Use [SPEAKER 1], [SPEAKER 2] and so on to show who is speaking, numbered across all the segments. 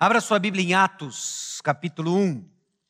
[SPEAKER 1] Abra sua Bíblia em Atos, capítulo 1.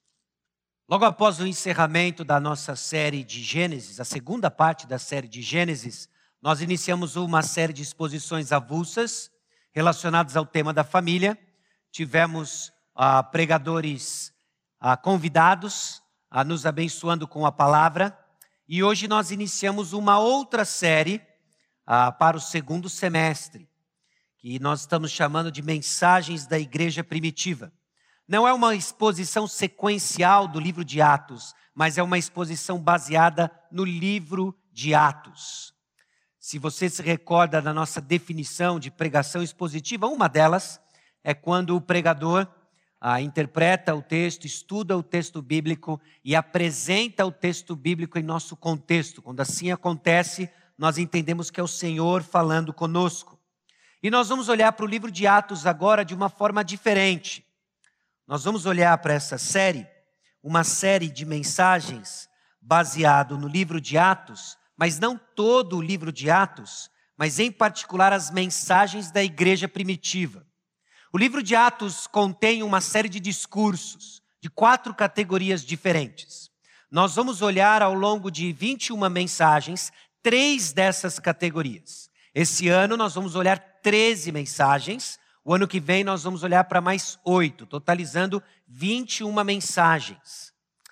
[SPEAKER 1] Logo após o encerramento da nossa série de Gênesis, a segunda parte da série de Gênesis, nós iniciamos uma série de exposições avulsas relacionadas ao tema da família. Tivemos pregadores convidados nos abençoando com a palavra. E hoje nós iniciamos uma outra série para o segundo semestre, que nós estamos chamando de Mensagens da Igreja Primitiva. Não é uma exposição sequencial do livro de Atos, mas é uma exposição baseada no livro de Atos. Se você se recorda da nossa definição de pregação expositiva, uma delas é quando o pregador interpreta o texto, estuda o texto bíblico e apresenta o texto bíblico em nosso contexto. Quando assim acontece, nós entendemos que é o Senhor falando conosco. E nós vamos olhar para o livro de Atos agora de uma forma diferente. Nós vamos olhar para essa série, uma série de mensagens baseado no livro de Atos, mas não todo o livro de Atos, mas em particular as mensagens da igreja primitiva. O livro de Atos contém uma série de discursos, de 4 categorias diferentes. Nós vamos olhar ao longo de 21 mensagens, 3 dessas categorias. Esse ano nós vamos olhar 13 mensagens, o ano que vem nós vamos olhar para mais 8, totalizando 21 mensagens.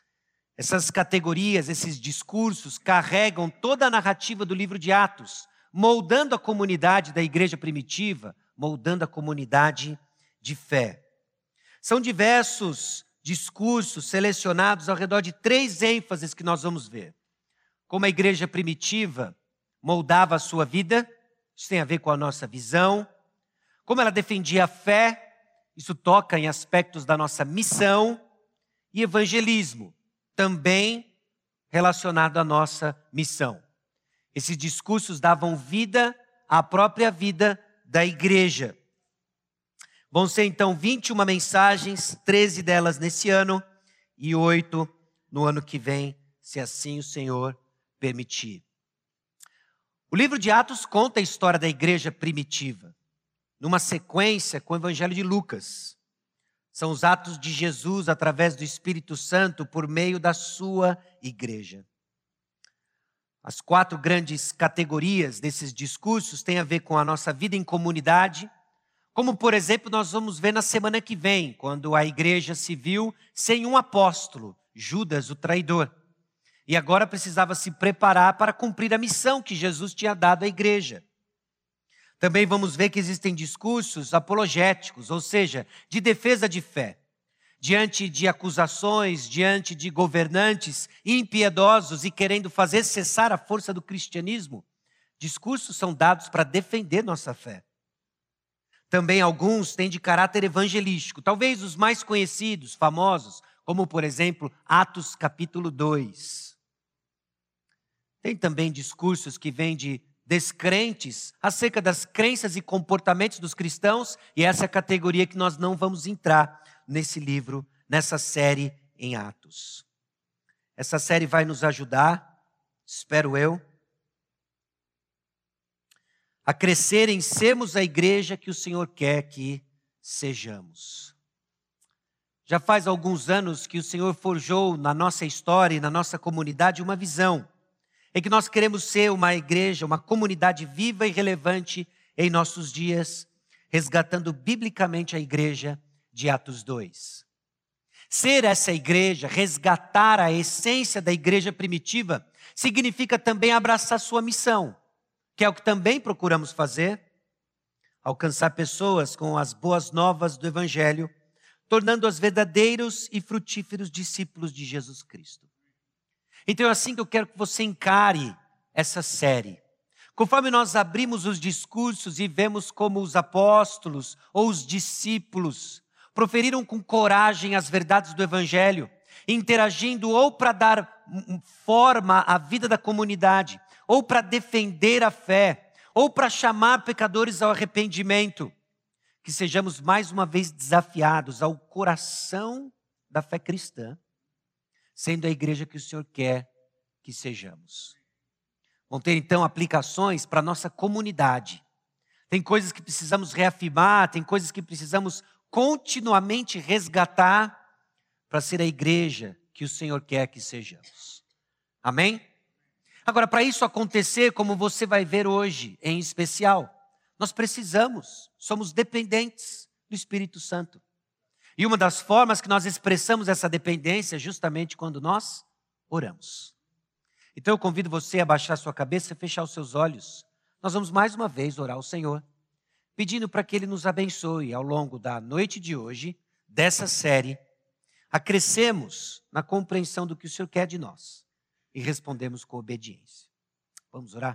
[SPEAKER 1] Essas categorias, esses discursos carregam toda a narrativa do livro de Atos, moldando a comunidade da igreja primitiva, moldando a comunidade de fé. São diversos discursos selecionados ao redor de 3 ênfases que nós vamos ver. Como a igreja primitiva moldava a sua vida, isso tem a ver com a nossa visão. Como ela defendia a fé, isso toca em aspectos da nossa missão. E evangelismo, também relacionado à nossa missão. Esses discursos davam vida à própria vida da igreja. Vão ser então 21 mensagens, 13 delas nesse ano e 8 no ano que vem, se assim o Senhor permitir. O livro de Atos conta a história da igreja primitiva, numa sequência com o Evangelho de Lucas. São os atos de Jesus através do Espírito Santo por meio da sua igreja. As 4 grandes categorias desses discursos têm a ver com a nossa vida em comunidade, como, por exemplo, nós vamos ver na semana que vem, quando a igreja se viu sem um apóstolo, Judas, o traidor. E agora precisava se preparar para cumprir a missão que Jesus tinha dado à igreja. Também vamos ver que existem discursos apologéticos, ou seja, de defesa de fé. Diante de acusações, diante de governantes impiedosos e querendo fazer cessar a força do cristianismo, discursos são dados para defender nossa fé. Também alguns têm de caráter evangelístico, talvez os mais conhecidos, famosos, como por exemplo, Atos capítulo 2. Tem também discursos que vêm de descrentes acerca das crenças e comportamentos dos cristãos, e essa é a categoria que nós não vamos entrar nesse livro, nessa série em Atos. Essa série vai nos ajudar, espero eu, a crescer em sermos a igreja que o Senhor quer que sejamos. Já faz alguns anos que o Senhor forjou na nossa história e na nossa comunidade uma visão. É que nós queremos ser uma igreja, uma comunidade viva e relevante em nossos dias, resgatando biblicamente a igreja de Atos 2. Ser essa igreja, resgatar a essência da igreja primitiva, significa também abraçar sua missão, que é o que também procuramos fazer, alcançar pessoas com as boas novas do Evangelho, tornando-as verdadeiros e frutíferos discípulos de Jesus Cristo. Então é assim que eu quero que você encare essa série. Conforme nós abrimos os discursos e vemos como os apóstolos ou os discípulos proferiram com coragem as verdades do Evangelho, interagindo ou para dar forma à vida da comunidade, ou para defender a fé, ou para chamar pecadores ao arrependimento, que sejamos mais uma vez desafiados ao coração da fé cristã, sendo a igreja que o Senhor quer que sejamos. Vão ter então aplicações para a nossa comunidade. Tem coisas que precisamos reafirmar, tem coisas que precisamos continuamente resgatar para ser a igreja que o Senhor quer que sejamos. Amém? Agora, para isso acontecer, como você vai ver hoje, em especial, nós somos dependentes do Espírito Santo. E uma das formas que nós expressamos essa dependência é justamente quando nós oramos. Então eu convido você a baixar sua cabeça e fechar os seus olhos. Nós vamos mais uma vez orar ao Senhor, pedindo para que Ele nos abençoe ao longo da noite de hoje, dessa série, a crescermos na compreensão do que o Senhor quer de nós e respondemos com obediência. Vamos orar?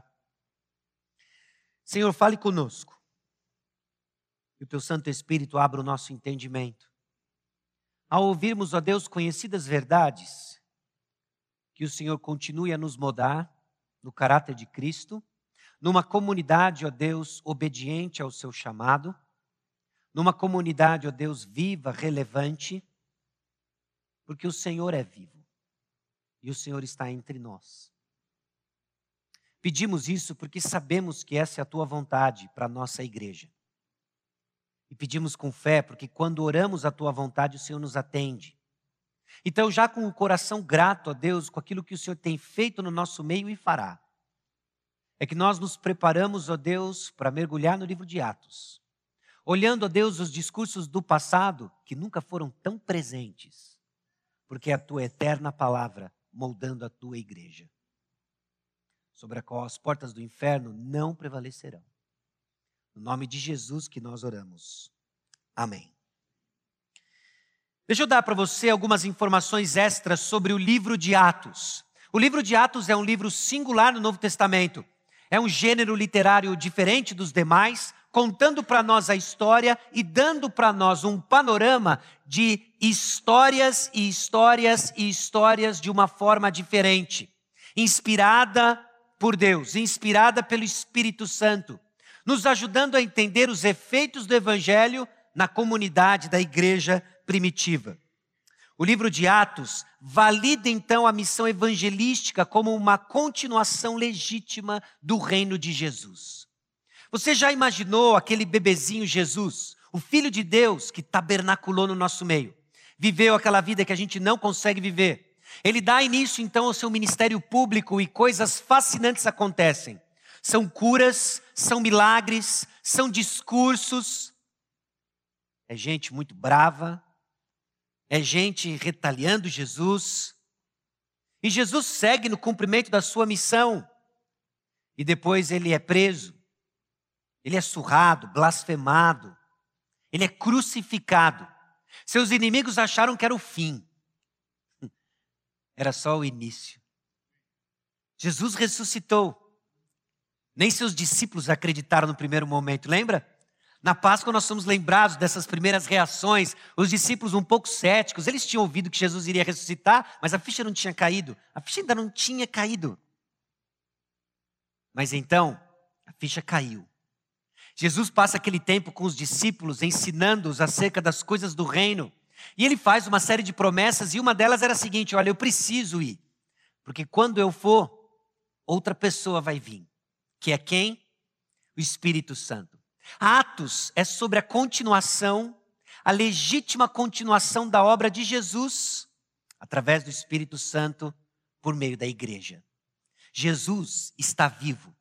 [SPEAKER 1] Senhor, fale conosco. Que o Teu Santo Espírito abra o nosso entendimento. Ao ouvirmos, ó Deus, conhecidas verdades, que o Senhor continue a nos moldar no caráter de Cristo, numa comunidade, ó Deus, obediente ao Seu chamado, numa comunidade, ó Deus, viva, relevante, porque o Senhor é vivo e o Senhor está entre nós. Pedimos isso porque sabemos que essa é a Tua vontade para a nossa igreja. E pedimos com fé, porque quando oramos a Tua vontade, o Senhor nos atende. Então, já com o coração grato a Deus, com aquilo que o Senhor tem feito no nosso meio e fará, é que nós nos preparamos, ó Deus, para mergulhar no livro de Atos. Olhando, ó Deus, os discursos do passado, que nunca foram tão presentes, porque é a Tua eterna palavra moldando a Tua igreja, sobre a qual as portas do inferno não prevalecerão. No nome de Jesus que nós oramos. Amém. Deixa eu dar para você algumas informações extras sobre o livro de Atos. O livro de Atos é um livro singular no Novo Testamento. É um gênero literário diferente dos demais, contando para nós a história e dando para nós um panorama de histórias e histórias e histórias de uma forma diferente. Inspirada por Deus, inspirada pelo Espírito Santo, nos ajudando a entender os efeitos do Evangelho na comunidade da igreja primitiva. O livro de Atos valida então a missão evangelística como uma continuação legítima do reino de Jesus. Você já imaginou aquele bebezinho Jesus, o Filho de Deus que tabernaculou no nosso meio? Viveu aquela vida que a gente não consegue viver. Ele dá início então ao seu ministério público e coisas fascinantes acontecem. São curas, são milagres, são discursos. É gente muito brava, é gente retaliando Jesus. E Jesus segue no cumprimento da sua missão. E depois ele é preso, ele é surrado, blasfemado, ele é crucificado. Seus inimigos acharam que era o fim. Era só o início. Jesus ressuscitou. Nem seus discípulos acreditaram no primeiro momento, lembra? Na Páscoa nós somos lembrados dessas primeiras reações. Os discípulos um pouco céticos, eles tinham ouvido que Jesus iria ressuscitar, mas a ficha não tinha caído. A ficha ainda não tinha caído. Mas então, a ficha caiu. Jesus passa aquele tempo com os discípulos, ensinando-os acerca das coisas do reino. E ele faz uma série de promessas, e uma delas era a seguinte: olha, eu preciso ir, porque quando eu for, outra pessoa vai vir. Que é quem? O Espírito Santo. Atos é sobre a continuação, a legítima continuação da obra de Jesus, através do Espírito Santo, por meio da igreja. Jesus está vivo.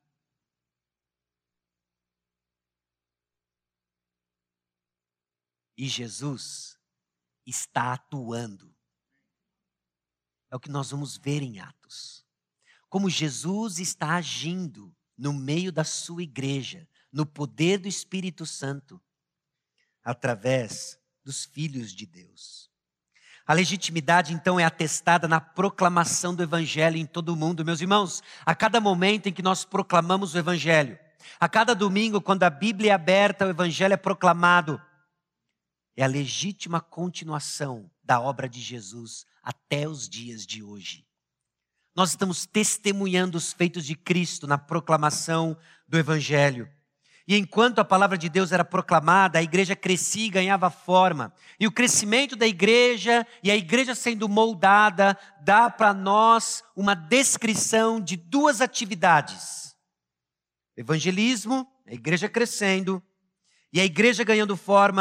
[SPEAKER 1] E Jesus está atuando. É o que nós vamos ver em Atos. Como Jesus está agindo no meio da sua igreja, no poder do Espírito Santo, através dos filhos de Deus. A legitimidade, então, é atestada na proclamação do Evangelho em todo o mundo. Meus irmãos, a cada momento em que nós proclamamos o Evangelho, a cada domingo, quando a Bíblia é aberta, o Evangelho é proclamado, é a legítima continuação da obra de Jesus até os dias de hoje. Nós estamos testemunhando os feitos de Cristo na proclamação do Evangelho. E enquanto a palavra de Deus era proclamada, a igreja crescia e ganhava forma. E o crescimento da igreja e a igreja sendo moldada dá para nós uma descrição de duas atividades. Evangelismo, a igreja crescendo, e a igreja ganhando forma,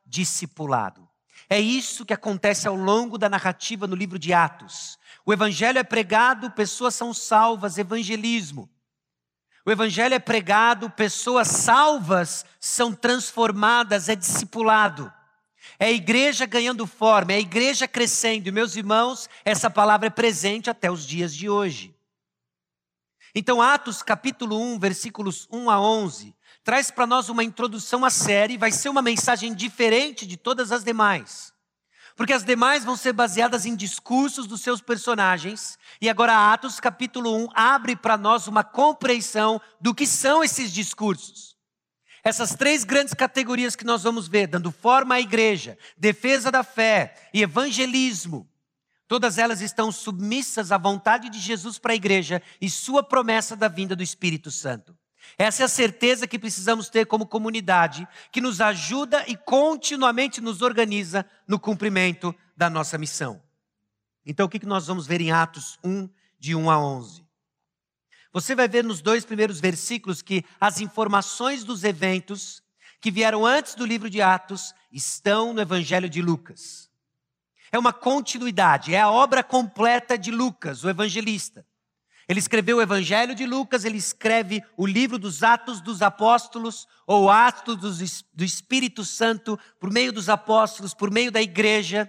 [SPEAKER 1] discipulado. É isso que acontece ao longo da narrativa no livro de Atos. O evangelho é pregado, pessoas são salvas, evangelismo. O evangelho é pregado, pessoas salvas são transformadas, é discipulado. É a igreja ganhando forma, é a igreja crescendo. E, meus irmãos, essa palavra é presente até os dias de hoje. Então, Atos capítulo 1, versículos 1 a 11, traz para nós uma introdução à série. Vai ser uma mensagem diferente de todas as demais. Porque as demais vão ser baseadas em discursos dos seus personagens. E agora Atos capítulo 1 abre para nós uma compreensão do que são esses discursos. Essas três grandes categorias que nós vamos ver, dando forma à igreja, defesa da fé e evangelismo. Todas elas estão submissas à vontade de Jesus para a igreja e sua promessa da vinda do Espírito Santo. Essa é a certeza que precisamos ter como comunidade, que nos ajuda e continuamente nos organiza no cumprimento da nossa missão. Então, o que nós vamos ver em Atos 1, de 1 a 11? Você vai ver nos 2 primeiros versículos que as informações dos eventos que vieram antes do livro de Atos estão no Evangelho de Lucas. É uma continuidade, é a obra completa de Lucas, o evangelista. Ele escreveu o Evangelho de Lucas, ele escreve o livro dos Atos dos Apóstolos, ou Atos do Espírito Santo, por meio dos apóstolos, por meio da igreja.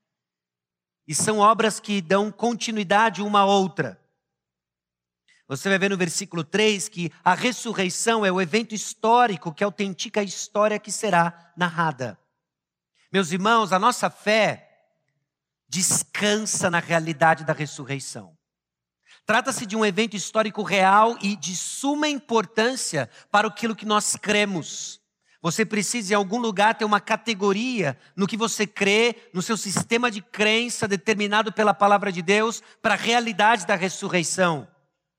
[SPEAKER 1] E são obras que dão continuidade uma à outra. Você vai ver no versículo 3 que a ressurreição é o evento histórico que autentica a história que será narrada. Meus irmãos, a nossa fé descansa na realidade da ressurreição. Trata-se de um evento histórico real e de suma importância para aquilo que nós cremos. Você precisa em algum lugar ter uma categoria no que você crê, no seu sistema de crença determinado pela palavra de Deus para a realidade da ressurreição.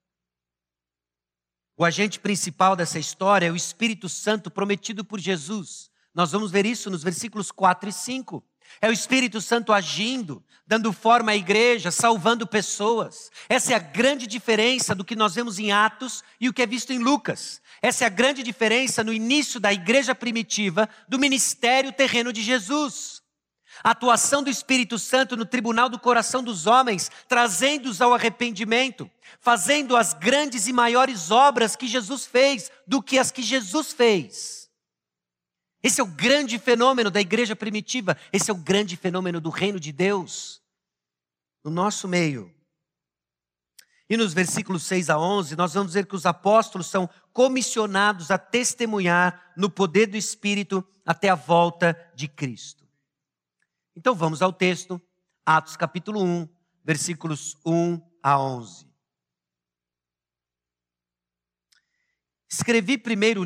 [SPEAKER 1] O agente principal dessa história é o Espírito Santo prometido por Jesus. Nós vamos ver isso nos versículos 4 e 5. É o Espírito Santo agindo, dando forma à igreja, salvando pessoas. Essa é a grande diferença do que nós vemos em Atos e o que é visto em Lucas. Essa é a grande diferença no início da igreja primitiva do ministério terreno de Jesus. A atuação do Espírito Santo no tribunal do coração dos homens, trazendo-os ao arrependimento, fazendo as grandes e maiores obras que Jesus fez do que as que Jesus fez. Esse é o grande fenômeno da igreja primitiva. Esse é o grande fenômeno do reino de Deus no nosso meio. E nos versículos 6 a 11, nós vamos ver que os apóstolos são comissionados a testemunhar no poder do Espírito até a volta de Cristo. Então vamos ao texto, Atos capítulo 1, versículos 1 a 11. Escrevi o primeiro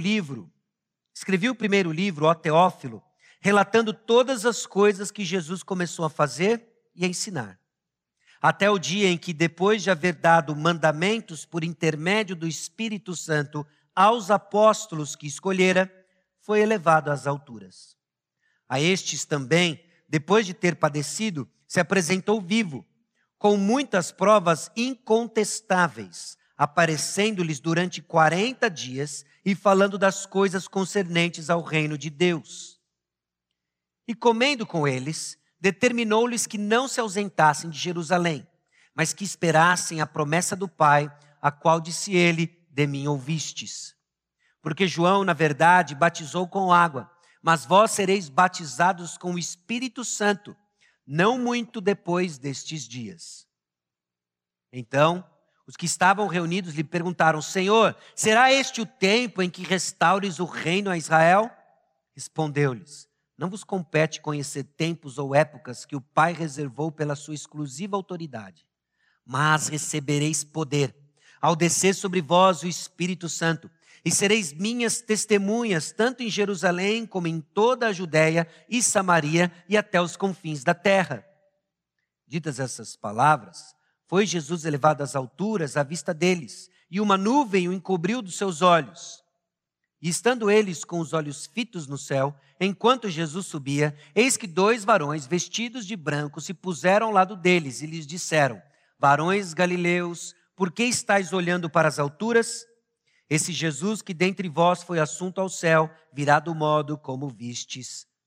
[SPEAKER 1] livro, ó Teófilo, relatando todas as coisas que Jesus começou a fazer e a ensinar. Até o dia em que, depois de haver dado mandamentos por intermédio do Espírito Santo aos apóstolos que escolhera, foi elevado às alturas. A estes também, depois de ter padecido, se apresentou vivo, com muitas provas incontestáveis, aparecendo-lhes durante 40 dias e falando das coisas concernentes ao reino de Deus. E comendo com eles, determinou-lhes que não se ausentassem de Jerusalém, mas que esperassem a promessa do Pai, a qual disse ele, de mim ouvistes. Porque João, na verdade, batizou com água, mas vós sereis batizados com o Espírito Santo, não muito depois destes dias. Então, os que estavam reunidos lhe perguntaram, Senhor, será este o tempo em que restaures o reino a Israel? Respondeu-lhes, não vos compete conhecer tempos ou épocas que o Pai reservou pela sua exclusiva autoridade, mas recebereis poder, ao descer sobre vós o Espírito Santo, e sereis minhas testemunhas, tanto em Jerusalém como em toda a Judéia e Samaria e até os confins da terra. Ditas essas palavras, foi Jesus elevado às alturas à vista deles, e uma nuvem o encobriu dos seus olhos. E estando eles com os olhos fitos no céu, enquanto Jesus subia, eis que 2 varões vestidos de branco se puseram ao lado deles e lhes disseram, varões galileus, por que estáis olhando para as alturas? Esse Jesus que dentre vós foi assunto ao céu, virá do modo como vistes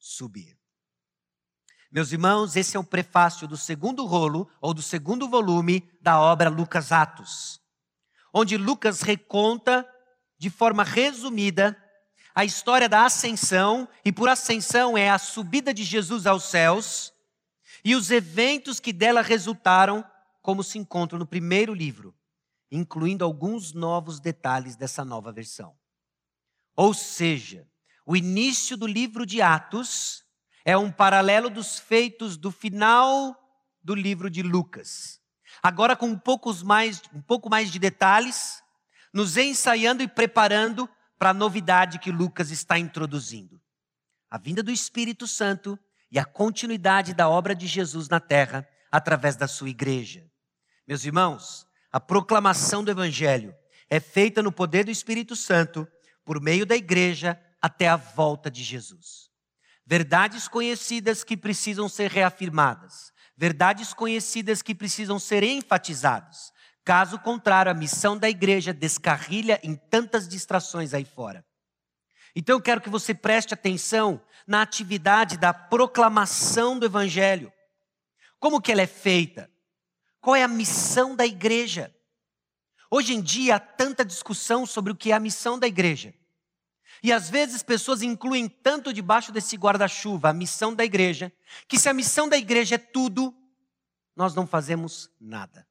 [SPEAKER 1] subir. Meus irmãos, esse é o prefácio do segundo rolo, ou do segundo volume da obra Lucas Atos, onde Lucas reconta, de forma resumida, a história da ascensão, e por ascensão é a subida de Jesus aos céus, e os eventos que dela resultaram, como se encontram no primeiro livro, incluindo alguns novos detalhes dessa nova versão. Ou seja, o início do livro de Atos é um paralelo dos feitos do final do livro de Lucas. Agora com um pouco mais de detalhes, nos ensaiando e preparando para a novidade que Lucas está introduzindo. A vinda do Espírito Santo e a continuidade da obra de Jesus na terra através da sua igreja. Meus irmãos, a proclamação do Evangelho é feita no poder do Espírito Santo por meio da igreja até a volta de Jesus. Verdades conhecidas que precisam ser reafirmadas. Verdades conhecidas que precisam ser enfatizadas. Caso contrário, a missão da igreja descarrilha em tantas distrações aí fora. Então eu quero que você preste atenção na atividade da proclamação do Evangelho. Como que ela é feita? Qual é a missão da igreja? Hoje em dia há tanta discussão sobre o que é a missão da igreja. E às vezes pessoas incluem tanto debaixo desse guarda-chuva a missão da igreja, que se a missão da igreja é tudo, nós não fazemos nada.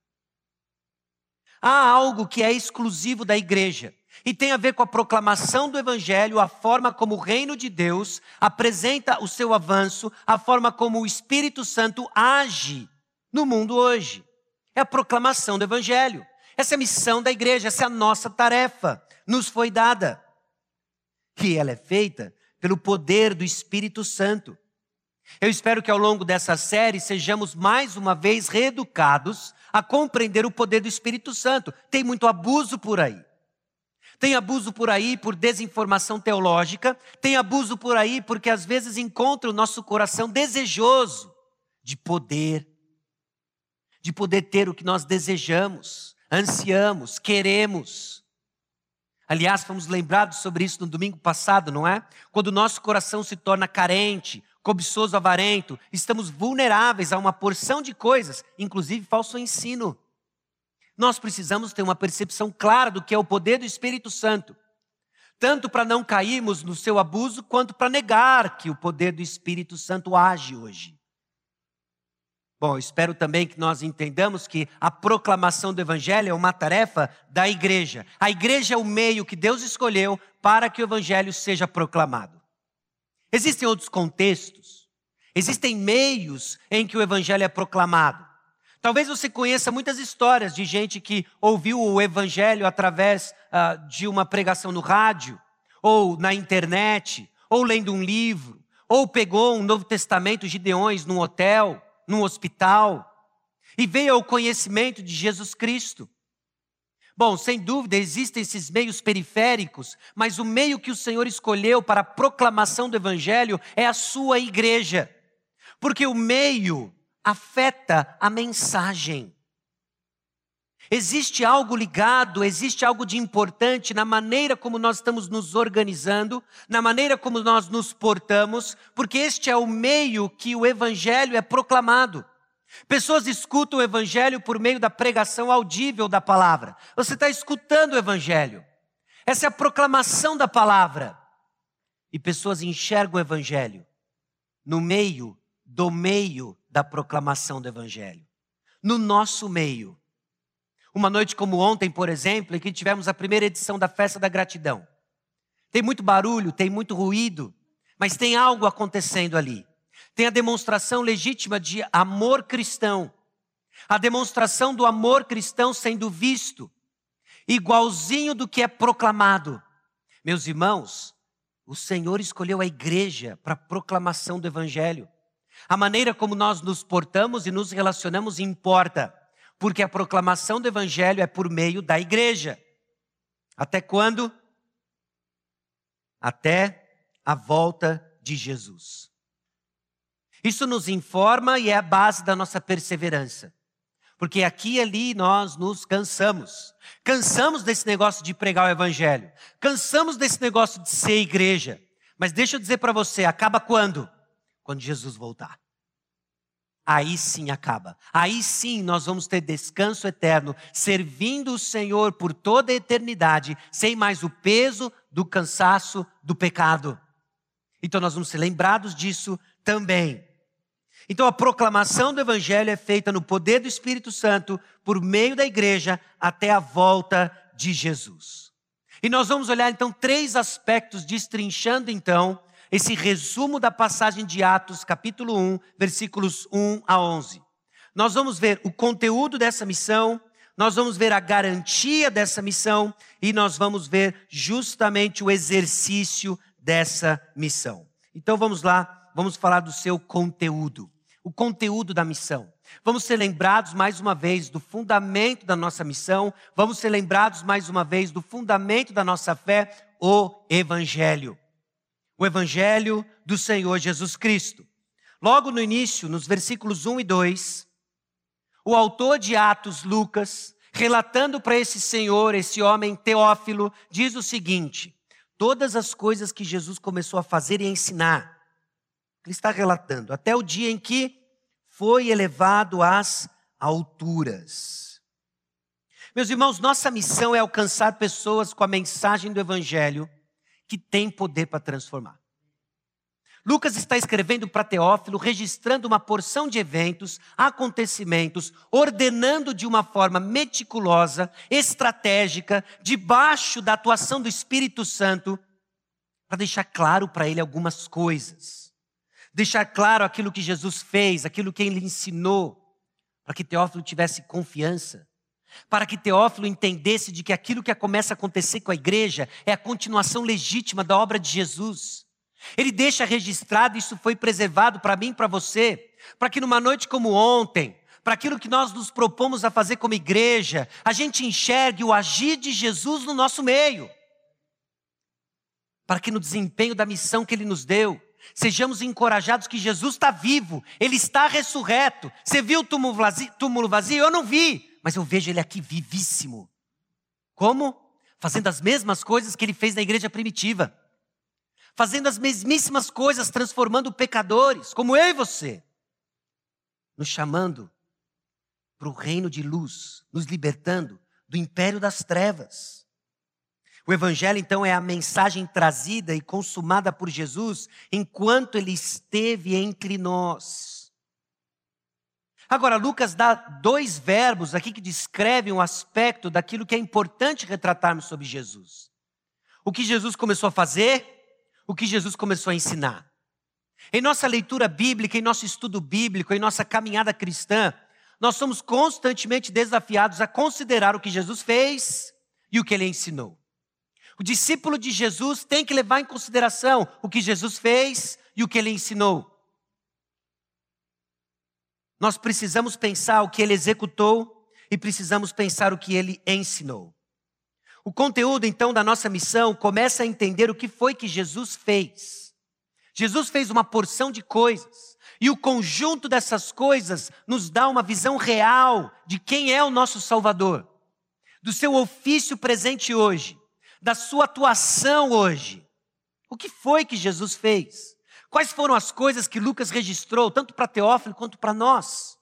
[SPEAKER 1] Há algo que é exclusivo da igreja e tem a ver com a proclamação do Evangelho, a forma como o reino de Deus apresenta o seu avanço, a forma como o Espírito Santo age no mundo hoje. É a proclamação do Evangelho. Essa é a missão da igreja, essa é a nossa tarefa, nos foi dada. E ela é feita pelo poder do Espírito Santo. Eu espero que ao longo dessa série sejamos mais uma vez reeducados a compreender o poder do Espírito Santo. Tem muito abuso por aí. Tem abuso por aí por desinformação teológica. Tem abuso por aí porque às vezes encontra o nosso coração desejoso de poder ter o que nós desejamos, ansiamos, queremos. Aliás, fomos lembrados sobre isso no domingo passado, não é? Quando o nosso coração se torna carente, cobiçoso, avarento, estamos vulneráveis a uma porção de coisas, inclusive falso ensino. Nós precisamos ter uma percepção clara do que é o poder do Espírito Santo, tanto para não cairmos no seu abuso, quanto para negar que o poder do Espírito Santo age hoje. Bom, espero também que nós entendamos que a proclamação do Evangelho é uma tarefa da igreja. A igreja é o meio que Deus escolheu para que o Evangelho seja proclamado. Existem outros contextos, existem meios em que o Evangelho é proclamado. Talvez você conheça muitas histórias de gente que ouviu o Evangelho através de uma pregação no rádio, ou na internet, ou lendo um livro, ou pegou um Novo Testamento Gideões num hotel, num hospital, e veio ao conhecimento de Jesus Cristo. Bom, sem dúvida existem esses meios periféricos, mas o meio que o Senhor escolheu para a proclamação do Evangelho é a sua igreja, porque o meio afeta a mensagem. Existe algo ligado, existe algo de importante na maneira como nós estamos nos organizando, na maneira como nós nos portamos, porque este é o meio que o Evangelho é proclamado. Pessoas escutam o Evangelho por meio da pregação audível da palavra. Você está escutando o Evangelho. Essa é a proclamação da palavra. E pessoas enxergam o Evangelho no meio da proclamação do Evangelho. No nosso meio. Uma noite como ontem, por exemplo, em que tivemos a primeira edição da Festa da Gratidão. Tem muito barulho, tem muito ruído, mas tem algo acontecendo ali. Tem a demonstração legítima de amor cristão. A demonstração do amor cristão sendo visto, igualzinho do que é proclamado. Meus irmãos, o Senhor escolheu a igreja para a proclamação do Evangelho. A maneira como nós nos portamos e nos relacionamos importa, porque a proclamação do Evangelho é por meio da igreja. Até quando? Até a volta de Jesus. Isso nos informa e é a base da nossa perseverança. Porque aqui e ali nós nos cansamos. Cansamos desse negócio de pregar o Evangelho. Cansamos desse negócio de ser igreja. Mas deixa eu dizer para você, acaba quando? quando Jesus voltar. Aí sim acaba. Aí sim nós vamos ter descanso eterno, servindo o Senhor por toda a eternidade, sem mais o peso do cansaço do pecado. Então nós vamos ser lembrados disso também. Então a proclamação do Evangelho é feita no poder do Espírito Santo, por meio da igreja, até a volta de Jesus. E nós vamos olhar então 3 aspectos, destrinchando então esse resumo da passagem de Atos, capítulo 1, versículos 1 a 11. Nós vamos ver o conteúdo dessa missão, nós vamos ver a garantia dessa missão e nós vamos ver justamente o exercício dessa missão. Então vamos lá, vamos falar do seu conteúdo. O conteúdo da missão. Vamos ser lembrados mais uma vez do fundamento da nossa missão, vamos ser lembrados mais uma vez do fundamento da nossa fé, o Evangelho. O Evangelho do Senhor Jesus Cristo. Logo no início, nos versículos 1 e 2, o autor de Atos, Lucas, relatando para esse senhor, esse homem Teófilo, diz o seguinte: todas as coisas que Jesus começou a fazer e a ensinar, ele está relatando, até o dia em que foi elevado às alturas. Meus irmãos, nossa missão é alcançar pessoas com a mensagem do Evangelho que tem poder para transformar. Lucas está escrevendo para Teófilo, registrando uma porção de eventos, acontecimentos, ordenando de uma forma meticulosa, estratégica, debaixo da atuação do Espírito Santo, para deixar claro para ele algumas coisas. Deixar claro aquilo que Jesus fez, aquilo que ele ensinou, para que Teófilo tivesse confiança, para que Teófilo entendesse de que aquilo que começa a acontecer com a igreja é a continuação legítima da obra de Jesus. Ele deixa registrado, isso foi preservado para mim e para você, para que numa noite como ontem, para aquilo que nós nos propomos a fazer como igreja, a gente enxergue o agir de Jesus no nosso meio. Para que no desempenho da missão que Ele nos deu, sejamos encorajados que Jesus está vivo, Ele está ressurreto. Você viu o túmulo vazio? Eu não vi, mas eu vejo Ele aqui vivíssimo. Como? Fazendo as mesmas coisas que Ele fez na igreja primitiva. Fazendo as mesmíssimas coisas, transformando pecadores, como eu e você. Nos chamando para o reino de luz, nos libertando do império das trevas. O Evangelho, então, é a mensagem trazida e consumada por Jesus enquanto Ele esteve entre nós. Agora, Lucas dá 2 verbos aqui que descrevem um aspecto daquilo que é importante retratarmos sobre Jesus. O que Jesus começou a fazer, o que Jesus começou a ensinar. Em nossa leitura bíblica, em nosso estudo bíblico, em nossa caminhada cristã, nós somos constantemente desafiados a considerar o que Jesus fez e o que Ele ensinou. O discípulo de Jesus tem que levar em consideração o que Jesus fez e o que Ele ensinou. Nós precisamos pensar o que Ele executou e precisamos pensar o que Ele ensinou. O conteúdo, então, da nossa missão começa a entender o que foi que Jesus fez. Jesus fez uma porção de coisas e o conjunto dessas coisas nos dá uma visão real de quem é o nosso Salvador, do seu ofício presente hoje, da sua atuação hoje. O que foi que Jesus fez? Quais foram as coisas que Lucas registrou, tanto para Teófilo quanto para nós?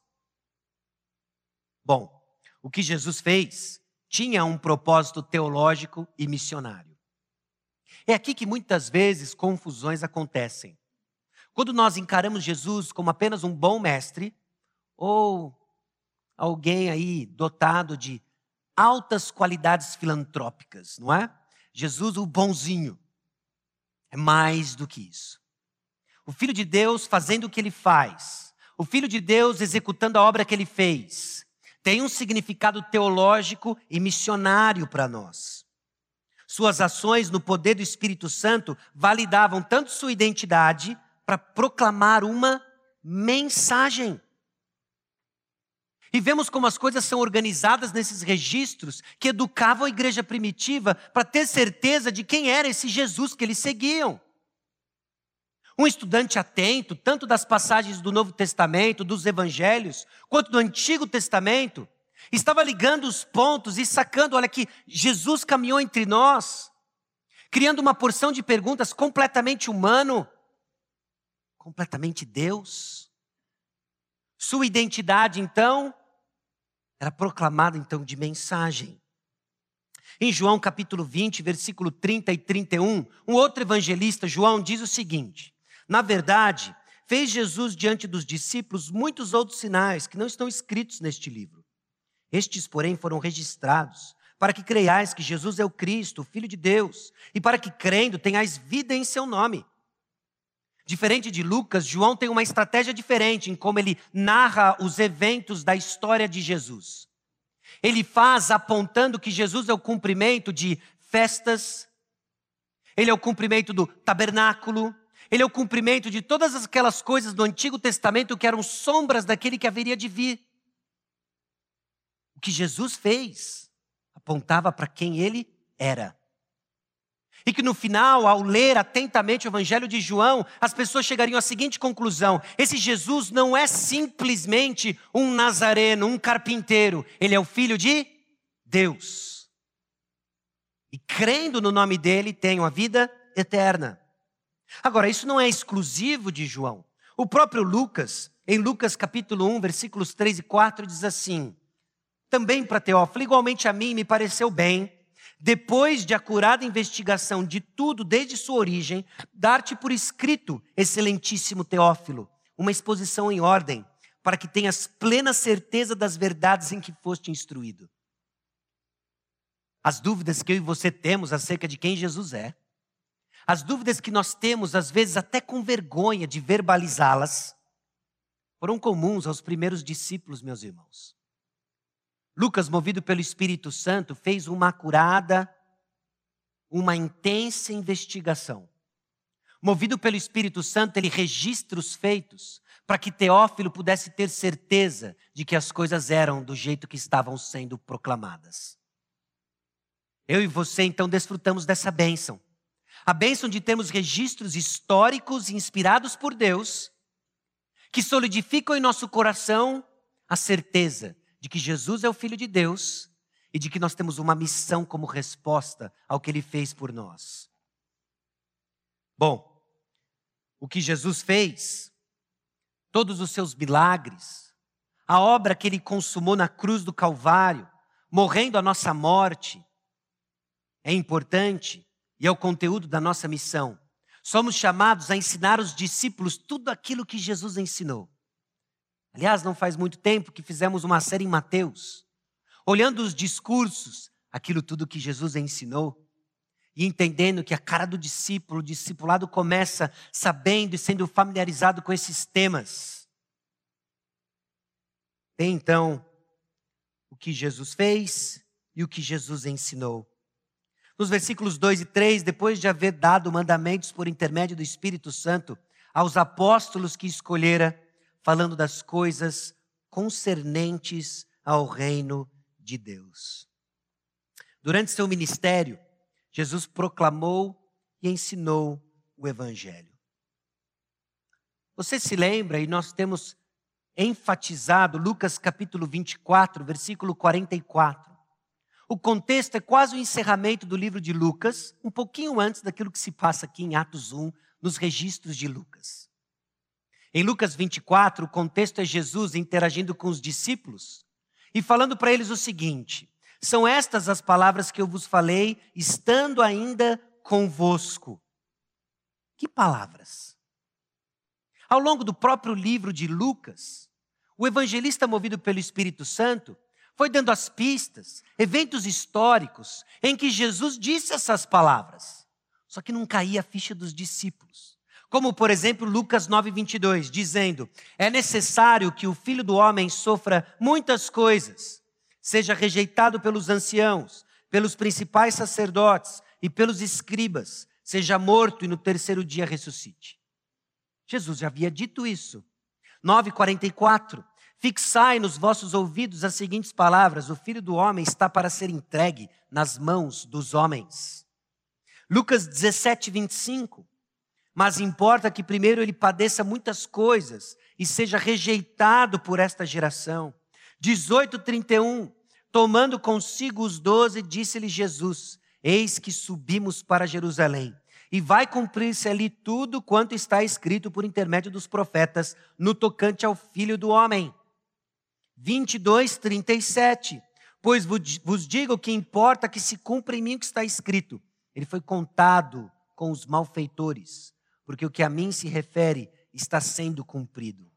[SPEAKER 1] Bom, o que Jesus fez tinha um propósito teológico e missionário. É aqui que muitas vezes confusões acontecem. Quando nós encaramos Jesus como apenas um bom mestre, ou alguém aí dotado de altas qualidades filantrópicas, não é? Jesus, o bonzinho, é mais do que isso. O Filho de Deus fazendo o que Ele faz, o Filho de Deus executando a obra que Ele fez, tem um significado teológico e missionário para nós. Suas ações no poder do Espírito Santo validavam tanto sua identidade para proclamar uma mensagem. E vemos como as coisas são organizadas nesses registros que educavam a igreja primitiva para ter certeza de quem era esse Jesus que eles seguiam. Um estudante atento, tanto das passagens do Novo Testamento, dos Evangelhos, quanto do Antigo Testamento, estava ligando os pontos e sacando, olha que Jesus caminhou entre nós, criando uma porção de perguntas completamente completamente Deus. Sua identidade, então, era proclamada, então, de mensagem. Em João capítulo 20, versículo 30 e 31, um outro evangelista, João, diz o seguinte: na verdade, fez Jesus diante dos discípulos muitos outros sinais que não estão escritos neste livro. Estes, porém, foram registrados para que creiais que Jesus é o Cristo, o Filho de Deus, e para que, crendo, tenhais vida em seu nome. Diferente de Lucas, João tem uma estratégia diferente em como ele narra os eventos da história de Jesus. Ele faz apontando que Jesus é o cumprimento de festas, ele é o cumprimento do tabernáculo, ele é o cumprimento de todas aquelas coisas do Antigo Testamento que eram sombras daquele que haveria de vir. O que Jesus fez apontava para quem ele era. E que no final, ao ler atentamente o Evangelho de João, as pessoas chegariam à seguinte conclusão: esse Jesus não é simplesmente um nazareno, um carpinteiro. Ele é o Filho de Deus. E crendo no nome dele, tenham a vida eterna. Agora, isso não é exclusivo de João. O próprio Lucas, em Lucas capítulo 1, versículos 3 e 4, diz assim: também para Teófilo, igualmente a mim, me pareceu bem, depois de acurada investigação de tudo desde sua origem, dar-te por escrito, excelentíssimo Teófilo, uma exposição em ordem, para que tenhas plena certeza das verdades em que foste instruído. As dúvidas que eu e você temos acerca de quem Jesus é, as dúvidas que nós temos, às vezes até com vergonha de verbalizá-las, foram comuns aos primeiros discípulos, meus irmãos. Lucas, movido pelo Espírito Santo, fez uma acurada, uma intensa investigação. Movido pelo Espírito Santo, ele registra os feitos para que Teófilo pudesse ter certeza de que as coisas eram do jeito que estavam sendo proclamadas. Eu e você, então, desfrutamos dessa bênção. A bênção de termos registros históricos inspirados por Deus, que solidificam em nosso coração a certeza de que Jesus é o Filho de Deus e de que nós temos uma missão como resposta ao que Ele fez por nós. Bom, o que Jesus fez, todos os seus milagres, a obra que Ele consumou na cruz do Calvário, morrendo a nossa morte, é importante e é o conteúdo da nossa missão. Somos chamados a ensinar os discípulos tudo aquilo que Jesus ensinou. Aliás, não faz muito tempo que fizemos uma série em Mateus, olhando os discursos, aquilo tudo que Jesus ensinou, e entendendo que a cara do discípulo, o discipulado começa sabendo e sendo familiarizado com esses temas. Tem então o que Jesus fez e o que Jesus ensinou. Nos versículos 2 e 3, depois de haver dado mandamentos por intermédio do Espírito Santo aos apóstolos que escolhera, falando das coisas concernentes ao reino de Deus. Durante seu ministério, Jesus proclamou e ensinou o Evangelho. Você se lembra, e nós temos enfatizado Lucas capítulo 24, versículo 44. O contexto é quase o encerramento do livro de Lucas, um pouquinho antes daquilo que se passa aqui em Atos 1, nos registros de Lucas. Em Lucas 24, o contexto é Jesus interagindo com os discípulos e falando para eles o seguinte: são estas as palavras que eu vos falei, estando ainda convosco. Que palavras? Ao longo do próprio livro de Lucas, o evangelista movido pelo Espírito Santo foi dando as pistas, eventos históricos em que Jesus disse essas palavras. Só que não caía a ficha dos discípulos. Como, por exemplo, Lucas 9:22, dizendo: é necessário que o Filho do Homem sofra muitas coisas, seja rejeitado pelos anciãos, pelos principais sacerdotes e pelos escribas, seja morto e no terceiro dia ressuscite. Jesus já havia dito isso. 9:44, fixai nos vossos ouvidos as seguintes palavras: o Filho do Homem está para ser entregue nas mãos dos homens. Lucas 17:25, mas importa que primeiro ele padeça muitas coisas e seja rejeitado por esta geração. 18:31, tomando consigo os 12, disse-lhe Jesus: eis que subimos para Jerusalém, E vai cumprir-se ali tudo quanto está escrito por intermédio dos profetas no tocante ao Filho do Homem. 22:37. Pois vos digo que importa que se cumpra em mim o que está escrito. Ele foi contado com os malfeitores, porque o que a mim se refere está sendo cumprido.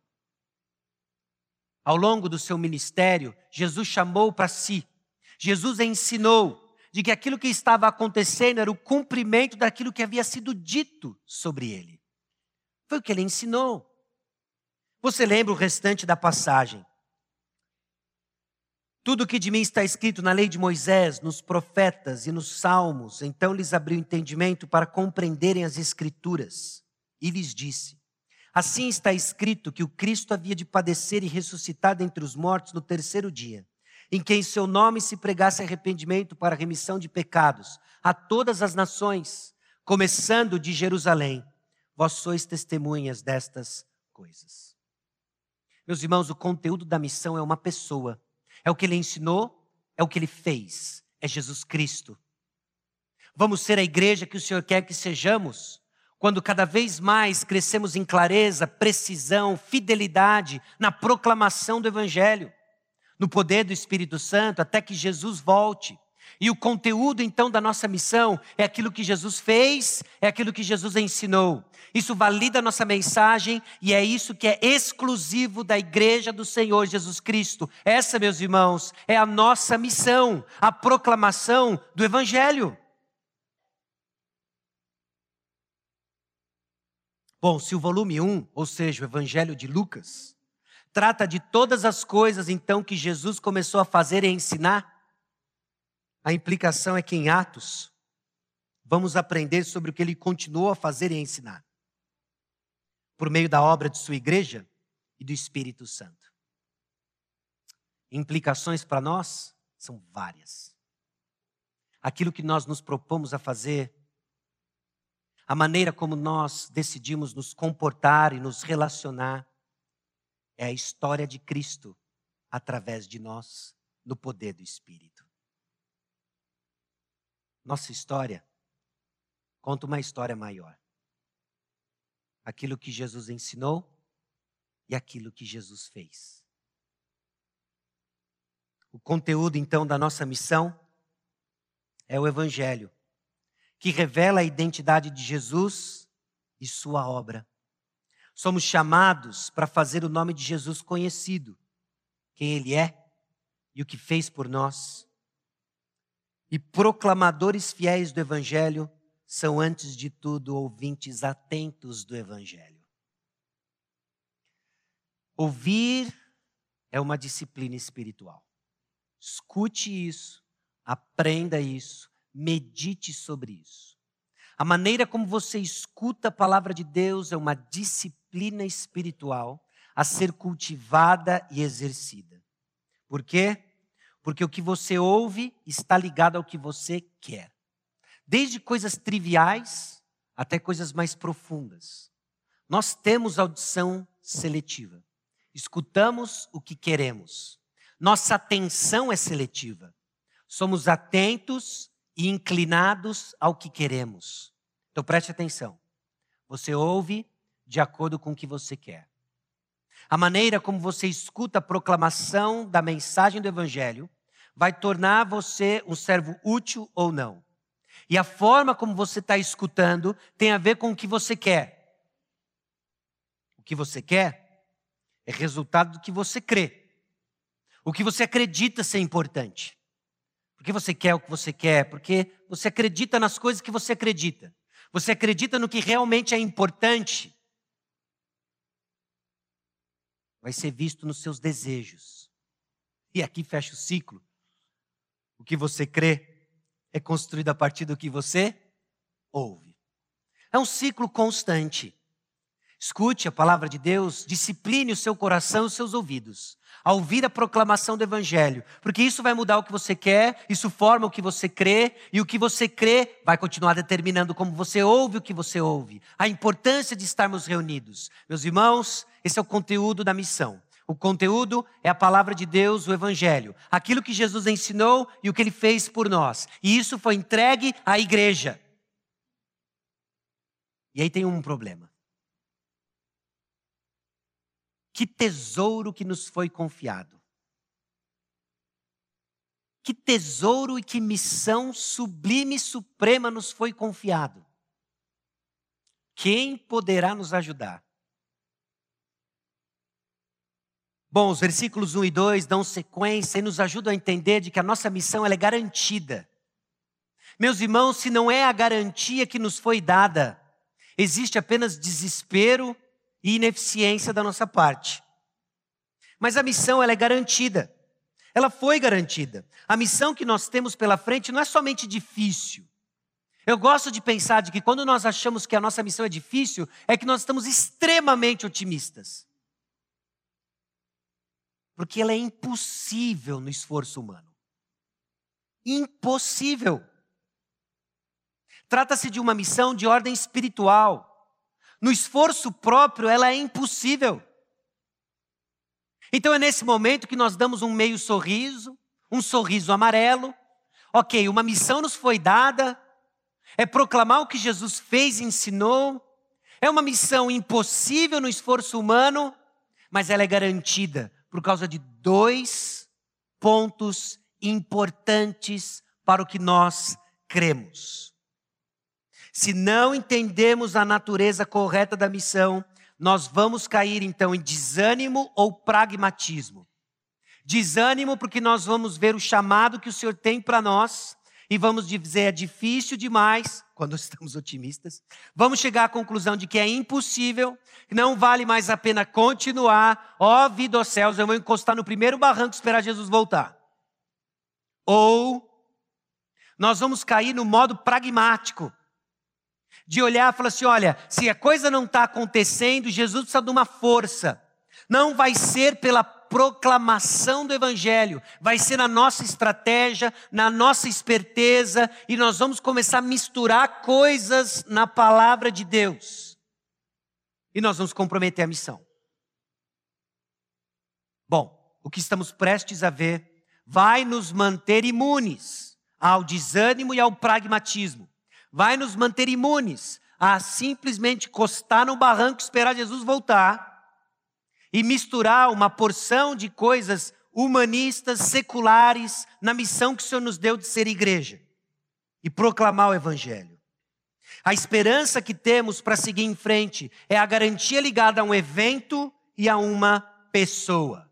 [SPEAKER 1] Ao longo do seu ministério, Jesus chamou para si. Jesus ensinou de que aquilo que estava acontecendo era o cumprimento daquilo que havia sido dito sobre ele. Foi o que ele ensinou. Você lembra o restante da passagem? Tudo o que de mim está escrito na lei de Moisés, nos profetas e nos salmos, então lhes abriu entendimento para compreenderem as Escrituras. E lhes disse: assim está escrito que o Cristo havia de padecer e ressuscitar dentre os mortos no terceiro dia, em que em seu nome se pregasse arrependimento para a remissão de pecados a todas as nações, começando de Jerusalém. Vós sois testemunhas destas coisas. Meus irmãos, o conteúdo da missão é uma pessoa. É o que ele ensinou, é o que ele fez, é Jesus Cristo. Vamos ser a igreja que o Senhor quer que sejamos, quando cada vez mais crescemos em clareza, precisão, fidelidade na proclamação do Evangelho, no poder do Espírito Santo, até que Jesus volte. E o conteúdo então da nossa missão é aquilo que Jesus fez, é aquilo que Jesus ensinou. Isso valida a nossa mensagem e é isso que é exclusivo da igreja do Senhor Jesus Cristo. Essa, meus irmãos, é a nossa missão, a proclamação do Evangelho. Bom, se o volume 1, ou seja, o Evangelho de Lucas, trata de todas as coisas então que Jesus começou a fazer e ensinar, a implicação é que em Atos, vamos aprender sobre o que ele continuou a fazer e ensinar, por meio da obra de sua igreja e do Espírito Santo. Implicações para nós são várias. Aquilo que nós nos propomos a fazer, a maneira como nós decidimos nos comportar e nos relacionar, é a história de Cristo através de nós, no poder do Espírito. Nossa história conta uma história maior. Aquilo que Jesus ensinou e aquilo que Jesus fez. O conteúdo, então, da nossa missão é o Evangelho, que revela a identidade de Jesus e sua obra. Somos chamados para fazer o nome de Jesus conhecido, quem Ele é e o que fez por nós. E proclamadores fiéis do Evangelho são, antes de tudo, ouvintes atentos do Evangelho. Ouvir é uma disciplina espiritual. Escute isso, aprenda isso, medite sobre isso. A maneira como você escuta a palavra de Deus é uma disciplina espiritual a ser cultivada e exercida. Por quê? Porque o que você ouve está ligado ao que você quer. Desde coisas triviais até coisas mais profundas. Nós temos audição seletiva. Escutamos o que queremos. Nossa atenção é seletiva. Somos atentos e inclinados ao que queremos. Então preste atenção. Você ouve de acordo com o que você quer. A maneira como você escuta a proclamação da mensagem do Evangelho vai tornar você um servo útil ou não. E a forma como você está escutando tem a ver com o que você quer. O que você quer é resultado do que você crê. O que você acredita ser importante. Por que você quer o que você quer? Porque você acredita nas coisas que você acredita. Você acredita no que realmente é importante. Vai ser visto nos seus desejos. E aqui fecha o ciclo. O que você crê é construído a partir do que você ouve. É um ciclo constante. Escute a palavra de Deus, discipline o seu coração e os seus ouvidos a ouvir a proclamação do Evangelho, porque isso vai mudar o que você quer, isso forma o que você crê, e o que você crê vai continuar determinando como você ouve o que você ouve. A importância de estarmos reunidos. Meus irmãos, esse é o conteúdo da missão. O conteúdo é a palavra de Deus, o Evangelho. Aquilo que Jesus ensinou e o que Ele fez por nós. E isso foi entregue à igreja. E aí tem um problema. Que tesouro que nos foi confiado. Que tesouro e que missão sublime e suprema nos foi confiado. Quem poderá nos ajudar? Bom, os versículos 1 e 2 dão sequência e nos ajudam a entender de que a nossa missão ela é garantida. Meus irmãos, se não é a garantia que nos foi dada, existe apenas desespero e ineficiência da nossa parte. Mas a missão ela é garantida. Ela foi garantida. A missão que nós temos pela frente não é somente difícil. Eu gosto de pensar de que quando nós achamos que a nossa missão é difícil, é que nós estamos extremamente otimistas. Porque ela é impossível no esforço humano. Impossível. Trata-se de uma missão de ordem espiritual. No esforço próprio, ela é impossível. Então é nesse momento que nós damos um meio sorriso, um sorriso amarelo. Ok, uma missão nos foi dada, é proclamar o que Jesus fez e ensinou. É uma missão impossível no esforço humano, mas ela é garantida por causa de 2 pontos importantes para o que nós cremos. Se não entendemos a natureza correta da missão, nós vamos cair então em desânimo ou pragmatismo. Desânimo porque nós vamos ver o chamado que o Senhor tem para nós e vamos dizer é difícil demais, quando estamos otimistas. Vamos chegar à conclusão de que é impossível, que não vale mais a pena continuar. Ó vida aos céus, eu vou encostar no primeiro barranco e esperar Jesus voltar. Ou nós vamos cair no modo pragmático. De olhar e falar assim, olha, se a coisa não está acontecendo, Jesus precisa de uma força. Não vai ser pela proclamação do Evangelho, vai ser na nossa estratégia, na nossa esperteza, e nós vamos começar a misturar coisas na palavra de Deus. E nós vamos comprometer a missão. Bom, o que estamos prestes a ver vai nos manter imunes ao desânimo e ao pragmatismo. Vai nos manter imunes a simplesmente encostar no barranco e esperar Jesus voltar e misturar uma porção de coisas humanistas, seculares, na missão que o Senhor nos deu de ser igreja e proclamar o Evangelho. A esperança que temos para seguir em frente é a garantia ligada a um evento e a uma pessoa.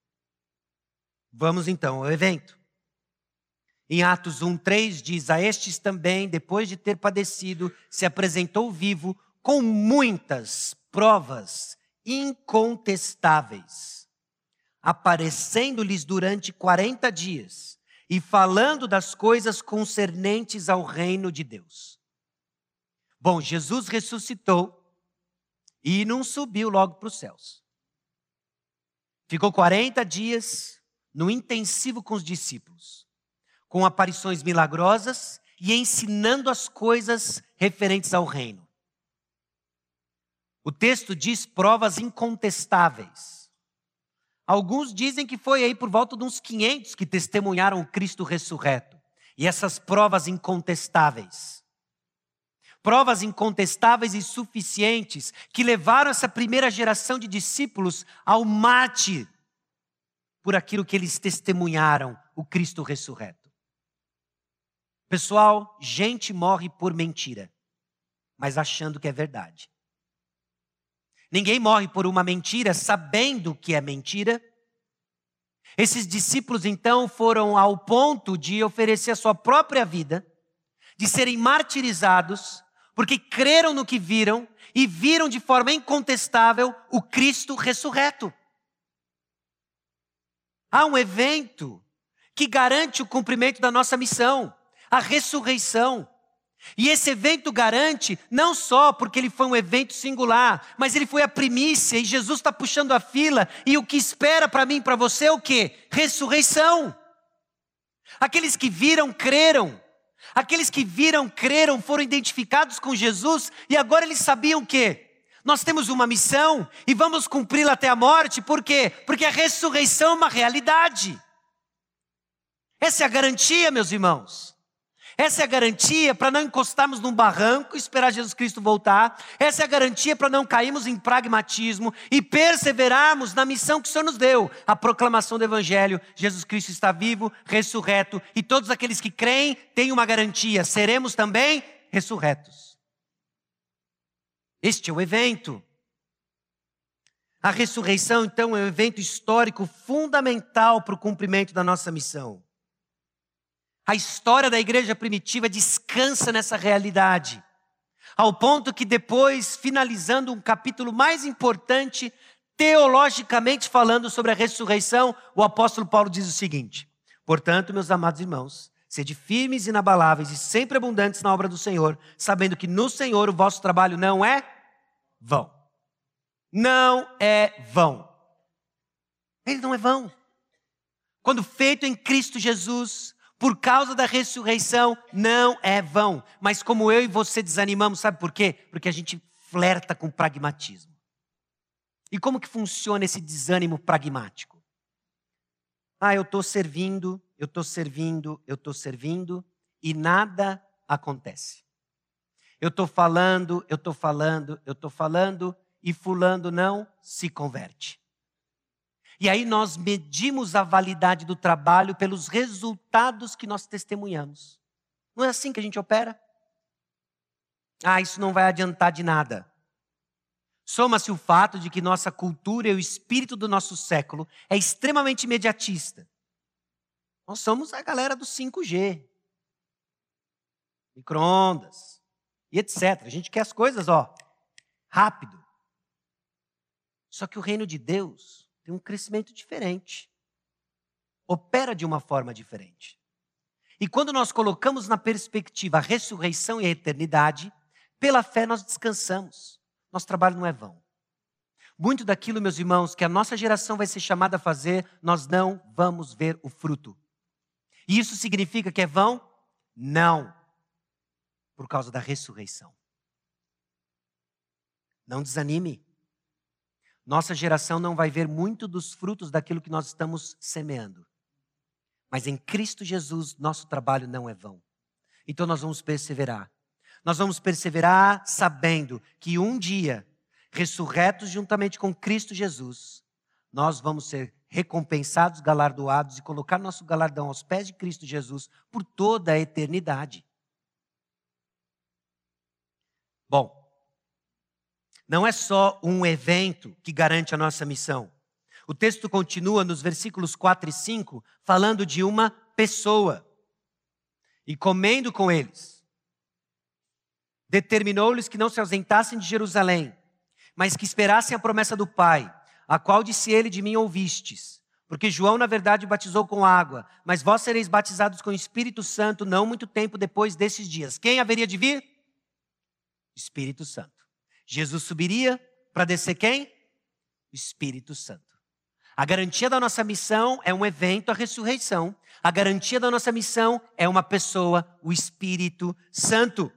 [SPEAKER 1] Vamos então ao evento. Em Atos 1:3 diz, a estes também, depois de ter padecido, se apresentou vivo com muitas provas incontestáveis, aparecendo-lhes durante 40 dias e falando das coisas concernentes ao reino de Deus. Bom, Jesus ressuscitou e não subiu logo para os céus. Ficou 40 dias no intensivo com os discípulos, com aparições milagrosas e ensinando as coisas referentes ao reino. O texto diz provas incontestáveis. Alguns dizem que foi aí por volta de uns 500 que testemunharam o Cristo ressurreto. E essas provas incontestáveis. Provas incontestáveis e suficientes que levaram essa primeira geração de discípulos ao mártir por aquilo que eles testemunharam, o Cristo ressurreto. Pessoal, gente morre por mentira, mas achando que é verdade. Ninguém morre por uma mentira sabendo que é mentira. Esses discípulos então foram ao ponto de oferecer a sua própria vida, de serem martirizados, porque creram no que viram e viram de forma incontestável o Cristo ressurreto. Há um evento que garante o cumprimento da nossa missão. A ressurreição. E esse evento garante, não só porque ele foi um evento singular, mas ele foi a primícia e Jesus está puxando a fila. E o que espera para mim e para você é o quê? Ressurreição. Aqueles que viram, creram. Aqueles que viram, creram, foram identificados com Jesus e agora eles sabiam o quê? Nós temos uma missão e vamos cumpri-la até a morte. Por quê? Porque a ressurreição é uma realidade. Essa é a garantia, meus irmãos. Essa é a garantia para não encostarmos num barranco e esperar Jesus Cristo voltar. Essa é a garantia para não cairmos em pragmatismo e perseverarmos na missão que o Senhor nos deu. A proclamação do Evangelho. Jesus Cristo está vivo, ressurreto. E todos aqueles que creem têm uma garantia. Seremos também ressurretos. Este é o evento. A ressurreição, então, é um evento histórico fundamental para o cumprimento da nossa missão. A história da igreja primitiva descansa nessa realidade, ao ponto que depois, finalizando um capítulo mais importante, teologicamente falando sobre a ressurreição, o apóstolo Paulo diz o seguinte: portanto, meus amados irmãos, sede firmes e inabaláveis e sempre abundantes na obra do Senhor, sabendo que no Senhor o vosso trabalho não é vão. Não é vão. Ele não é vão. Quando feito em Cristo Jesus, por causa da ressurreição, não é vão. Mas como eu e você desanimamos, sabe por quê? Porque a gente flerta com pragmatismo. E como que funciona esse desânimo pragmático? Eu estou servindo, e nada acontece. Eu estou falando, e fulano não se converte. E aí nós medimos a validade do trabalho pelos resultados que nós testemunhamos. Não é assim que a gente opera? Isso não vai adiantar de nada. Soma-se o fato de que nossa cultura e o espírito do nosso século é extremamente imediatista. Nós somos a galera do 5G, micro-ondas e etc. A gente quer as coisas, rápido. Só que o reino de Deus tem um crescimento diferente. Opera de uma forma diferente. E quando nós colocamos na perspectiva a ressurreição e a eternidade, pela fé nós descansamos. Nosso trabalho não é vão. Muito daquilo, meus irmãos, que a nossa geração vai ser chamada a fazer, nós não vamos ver o fruto. E isso significa que é vão? Não. Por causa da ressurreição. Não desanime. Nossa geração não vai ver muito dos frutos daquilo que nós estamos semeando. Mas em Cristo Jesus, nosso trabalho não é vão. Então nós vamos perseverar. Nós vamos perseverar sabendo que um dia, ressurretos juntamente com Cristo Jesus, nós vamos ser recompensados, galardoados e colocar nosso galardão aos pés de Cristo Jesus por toda a eternidade. Bom, não é só um evento que garante a nossa missão. O texto continua nos versículos 4 e 5, falando de uma pessoa. E comendo com eles, determinou-lhes que não se ausentassem de Jerusalém, mas que esperassem a promessa do Pai, a qual disse ele: de mim ouvistes. Porque João, na verdade, batizou com água, mas vós sereis batizados com o Espírito Santo não muito tempo depois desses dias. Quem haveria de vir? Espírito Santo. Jesus subiria para descer quem? O Espírito Santo. A garantia da nossa missão é um evento, a ressurreição. A garantia da nossa missão é uma pessoa, o Espírito Santo.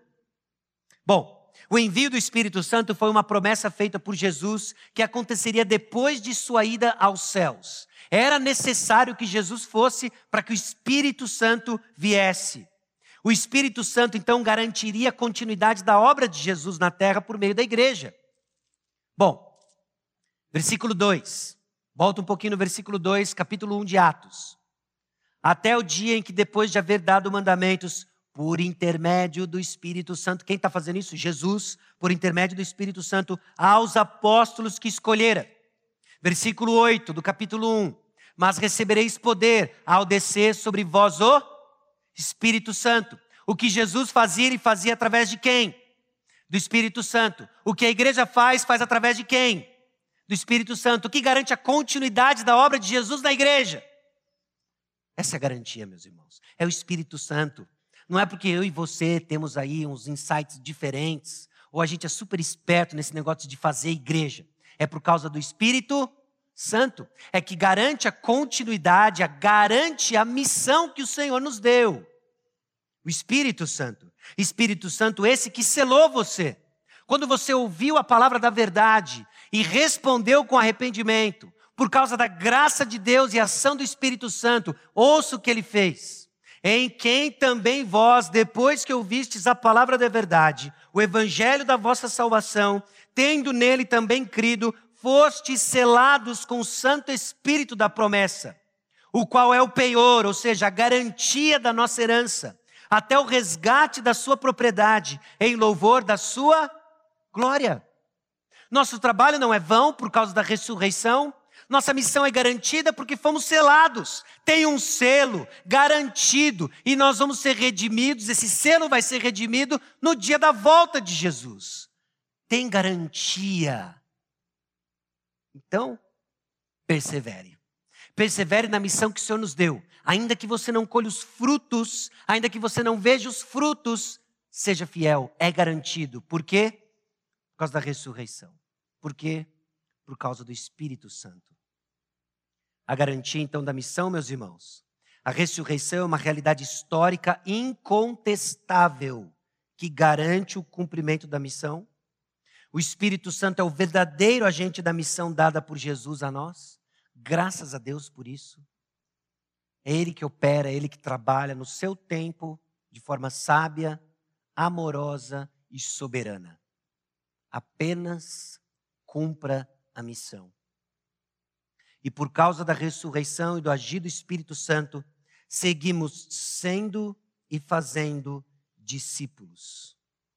[SPEAKER 1] Bom, o envio do Espírito Santo foi uma promessa feita por Jesus que aconteceria depois de sua ida aos céus. Era necessário que Jesus fosse para que o Espírito Santo viesse. O Espírito Santo, então, garantiria a continuidade da obra de Jesus na terra por meio da igreja. Bom, versículo 2. Volta um pouquinho no versículo 2, capítulo 1 de Atos. Até o dia em que, depois de haver dado mandamentos, por intermédio do Espírito Santo, quem está fazendo isso? Jesus, por intermédio do Espírito Santo, aos apóstolos que escolhera. Versículo 8 do capítulo 1. Mas recebereis poder ao descer sobre vós o Espírito Santo. O que Jesus fazia, ele fazia através de quem? Do Espírito Santo. O que a igreja faz através de quem? Do Espírito Santo. O que garante a continuidade da obra de Jesus na igreja? Essa é a garantia, meus irmãos. É o Espírito Santo. Não é porque eu e você temos aí uns insights diferentes, ou a gente é super esperto nesse negócio de fazer igreja. É por causa do Espírito Santo. É que garante a continuidade, garante a missão que o Senhor nos deu. O Espírito Santo. Espírito Santo esse que selou você. Quando você ouviu a palavra da verdade e respondeu com arrependimento, por causa da graça de Deus e ação do Espírito Santo, ouça o que ele fez. em quem também vós, depois que ouvistes a palavra da verdade, o evangelho da vossa salvação, tendo nele também crido, fostes selados com o Santo Espírito da promessa, o qual é o penhor, ou seja, a garantia da nossa herança, até o resgate da sua propriedade, em louvor da sua glória. Nosso trabalho não é vão por causa da ressurreição. Nossa missão é garantida porque fomos selados. Tem um selo garantido e nós vamos ser redimidos. Esse selo vai ser redimido no dia da volta de Jesus. Tem garantia. Então, persevere. Persevere na missão que o Senhor nos deu. Ainda que você não colhe os frutos, ainda que você não veja os frutos, seja fiel, é garantido. Por quê? Por causa da ressurreição. Por quê? Por causa do Espírito Santo. A garantia, então, da missão, meus irmãos. A ressurreição é uma realidade histórica incontestável que garante o cumprimento da missão. O Espírito Santo é o verdadeiro agente da missão dada por Jesus a nós. Graças a Deus por isso. É Ele que opera, é Ele que trabalha no seu tempo, de forma sábia, amorosa e soberana. Apenas cumpra a missão. E por causa da ressurreição e do agir do Espírito Santo, seguimos sendo e fazendo discípulos.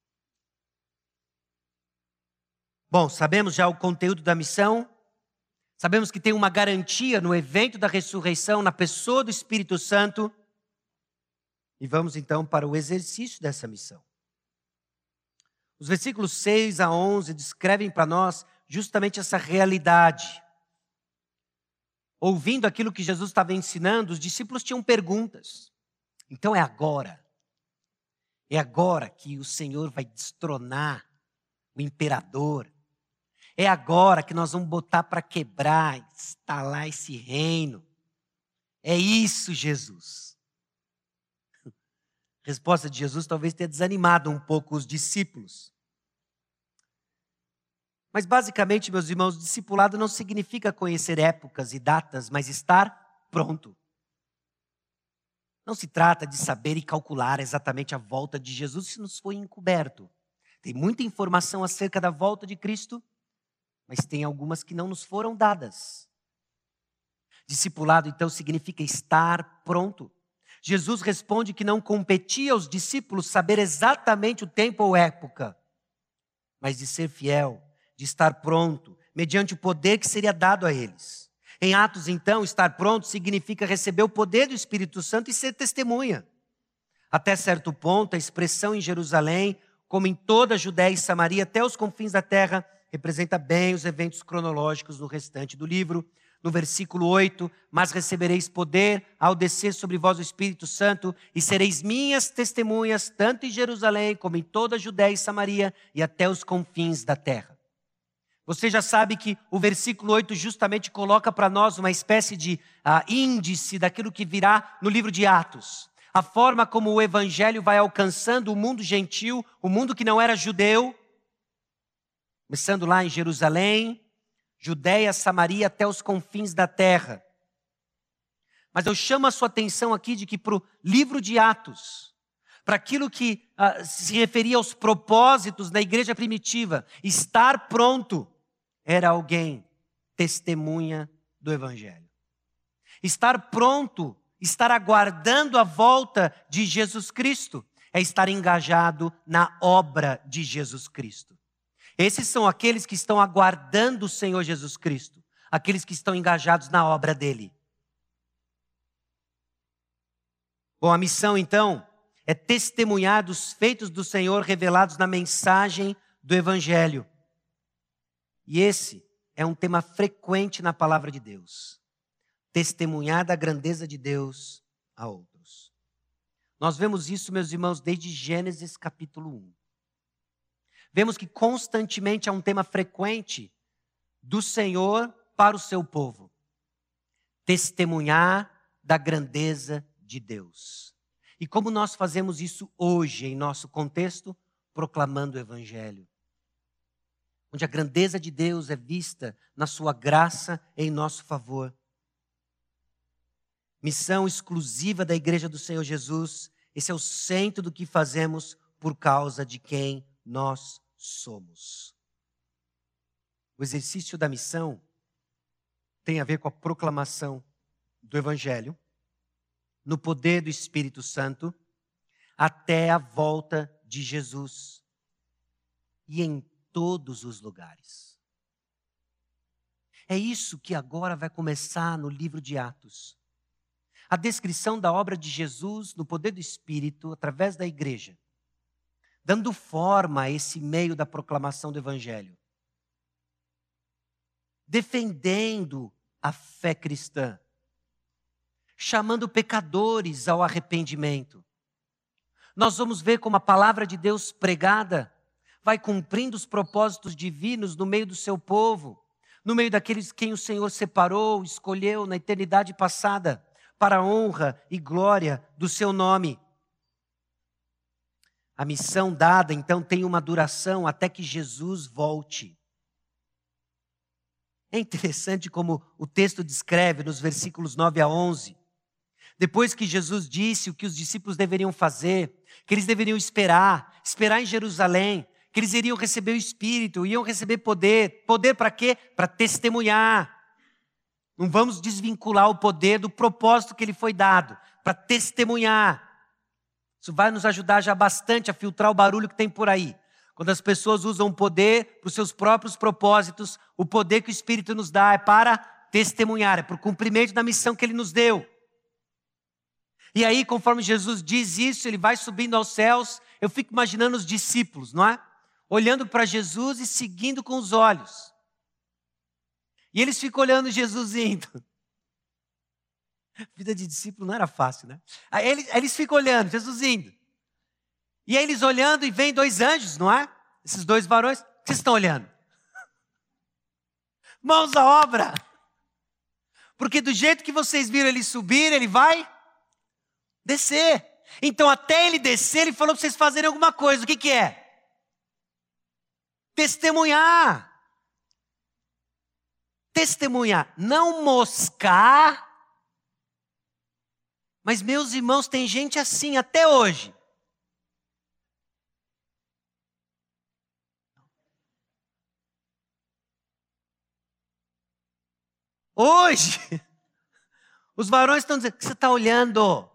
[SPEAKER 1] Bom, sabemos já o conteúdo da missão, sabemos que tem uma garantia no evento da ressurreição, na pessoa do Espírito Santo, e vamos então para o exercício dessa missão. Os versículos 6 a 11 descrevem para nós justamente essa realidade. Ouvindo aquilo que Jesus estava ensinando, os discípulos tinham perguntas. Então é agora que o Senhor vai destronar o imperador. É agora que nós vamos botar para quebrar, instalar esse reino. É isso, Jesus. A resposta de Jesus talvez tenha desanimado um pouco os discípulos. Mas basicamente, meus irmãos, discipulado não significa conhecer épocas e datas, mas estar pronto. Não se trata de saber e calcular exatamente a volta de Jesus, isso nos foi encoberto. Tem muita informação acerca da volta de Cristo, mas tem algumas que não nos foram dadas. Discipulado, então, significa estar pronto. Jesus responde que não competia aos discípulos saber exatamente o tempo ou época, mas de ser fiel, de estar pronto, mediante o poder que seria dado a eles. Em Atos, então, estar pronto significa receber o poder do Espírito Santo e ser testemunha. Até certo ponto, a expressão em Jerusalém, como em toda a Judéia e Samaria, até os confins da terra, representa bem os eventos cronológicos do restante do livro. No versículo 8, mas recebereis poder ao descer sobre vós o Espírito Santo e sereis minhas testemunhas, tanto em Jerusalém como em toda a Judéia e Samaria e até os confins da terra. Você já sabe que o versículo 8 justamente coloca para nós uma espécie de índice daquilo que virá no livro de Atos. A forma como o evangelho vai alcançando o mundo gentil, o mundo que não era judeu, começando lá em Jerusalém, Judéia, Samaria, até os confins da terra. Mas eu chamo a sua atenção aqui de que para o livro de Atos, para aquilo que se referia aos propósitos da igreja primitiva, estar pronto era alguém testemunha do evangelho. Estar pronto, estar aguardando a volta de Jesus Cristo, é estar engajado na obra de Jesus Cristo. Esses são aqueles que estão aguardando o Senhor Jesus Cristo, aqueles que estão engajados na obra dele. Bom, a missão então é testemunhar dos feitos do Senhor revelados na mensagem do Evangelho. E esse é um tema frequente na palavra de Deus. Testemunhar da grandeza de Deus a outros. Nós vemos isso, meus irmãos, desde Gênesis capítulo 1. Vemos que constantemente é um tema frequente do Senhor para o seu povo. Testemunhar da grandeza de Deus. E como nós fazemos isso hoje em nosso contexto? Proclamando o Evangelho. Onde a grandeza de Deus é vista na sua graça em nosso favor. missão exclusiva da Igreja do Senhor Jesus. Esse é o centro do que fazemos por causa de quem nós somos. O exercício da missão tem a ver com a proclamação do Evangelho, no poder do Espírito Santo, até a volta de Jesus. E em todos os lugares. É isso que agora vai começar no livro de Atos. A descrição da obra de Jesus no poder do Espírito, através da igreja, dando forma a esse meio da proclamação do Evangelho. Defendendo a fé cristã. Chamando pecadores ao arrependimento. Nós vamos ver como a palavra de Deus pregada vai cumprindo os propósitos divinos no meio do seu povo, no meio daqueles quem o Senhor separou, escolheu na eternidade passada, para a honra e glória do seu nome. A missão dada, então, tem uma duração até que Jesus volte. É interessante como o texto descreve nos versículos 9 a 11. Depois que Jesus disse o que os discípulos deveriam fazer, que eles deveriam esperar em Jerusalém, que eles iriam receber o Espírito, iam receber poder. Poder para quê? Para testemunhar. Não vamos desvincular o poder do propósito que ele foi dado, para testemunhar. Isso vai nos ajudar já bastante a filtrar o barulho que tem por aí. Quando as pessoas usam o poder para os seus próprios propósitos, o poder que o Espírito nos dá é para testemunhar, é para o cumprimento da missão que ele nos deu. E aí, conforme Jesus diz isso, ele vai subindo aos céus. Eu fico imaginando os discípulos, não é? Olhando para Jesus e seguindo com os olhos. E eles ficam olhando Jesus indo. A vida de discípulo não era fácil, né? Aí eles ficam olhando, Jesus indo. E aí eles olhando e vem dois anjos, não é? Esses dois varões, o que vocês estão olhando? Mãos à obra. Porque do jeito que vocês viram ele subir, ele vai descer. Então até ele descer, ele falou para vocês fazerem alguma coisa. O que é? Testemunhar. Testemunhar, não moscar. Mas, meus irmãos, tem gente assim até hoje. Hoje, os varões estão dizendo, o que você está olhando?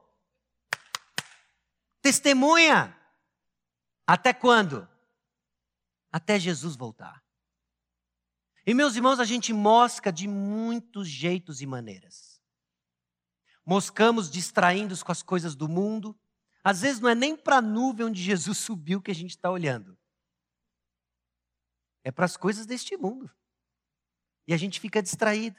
[SPEAKER 1] Testemunha. Até quando? Até Jesus voltar. E, meus irmãos, a gente mosca de muitos jeitos e maneiras. Moscamos distraindo-os com as coisas do mundo. Às vezes não é nem para a nuvem onde Jesus subiu que a gente está olhando. É para as coisas deste mundo. E a gente fica distraído.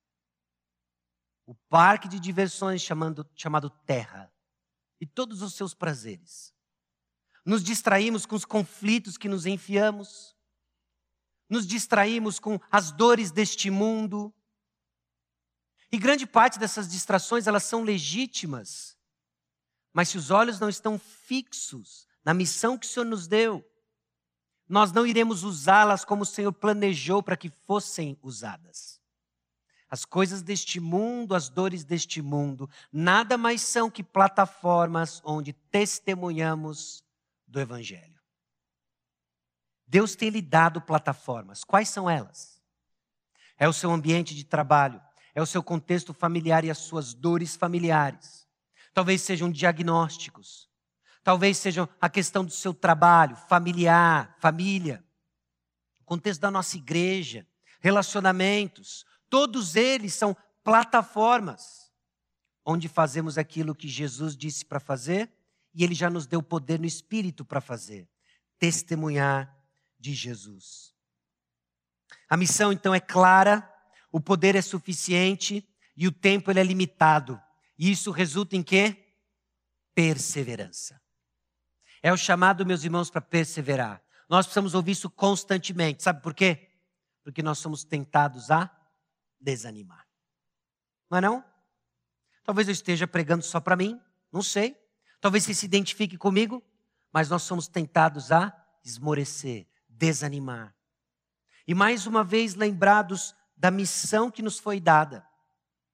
[SPEAKER 1] O parque de diversões chamado Terra. E todos os seus prazeres. Nos distraímos com os conflitos que nos enfiamos. Nos distraímos com as dores deste mundo. E grande parte dessas distrações, elas são legítimas. Mas se os olhos não estão fixos na missão que o Senhor nos deu, nós não iremos usá-las como o Senhor planejou para que fossem usadas. As coisas deste mundo, as dores deste mundo, nada mais são que plataformas onde testemunhamos do Evangelho. Deus tem lhe dado plataformas. Quais são elas? É o seu ambiente de trabalho, é o seu contexto familiar e as suas dores familiares. Talvez sejam diagnósticos, talvez sejam a questão do seu trabalho, familiar, família, o contexto da nossa igreja, relacionamentos. Todos eles são plataformas onde fazemos aquilo que Jesus disse para fazer e Ele já nos deu poder no Espírito para fazer. Testemunhar de Jesus. A missão então é clara, o poder é suficiente e o tempo ele é limitado. E isso resulta em quê? Perseverança. É o chamado, meus irmãos, para perseverar. Nós precisamos ouvir isso constantemente. Sabe por quê? Porque nós somos tentados a desanimar. Não é não? Talvez eu esteja pregando só para mim, não sei. Talvez você se identifique comigo, mas nós somos tentados a esmorecer, desanimar. E mais uma vez lembrados da missão que nos foi dada.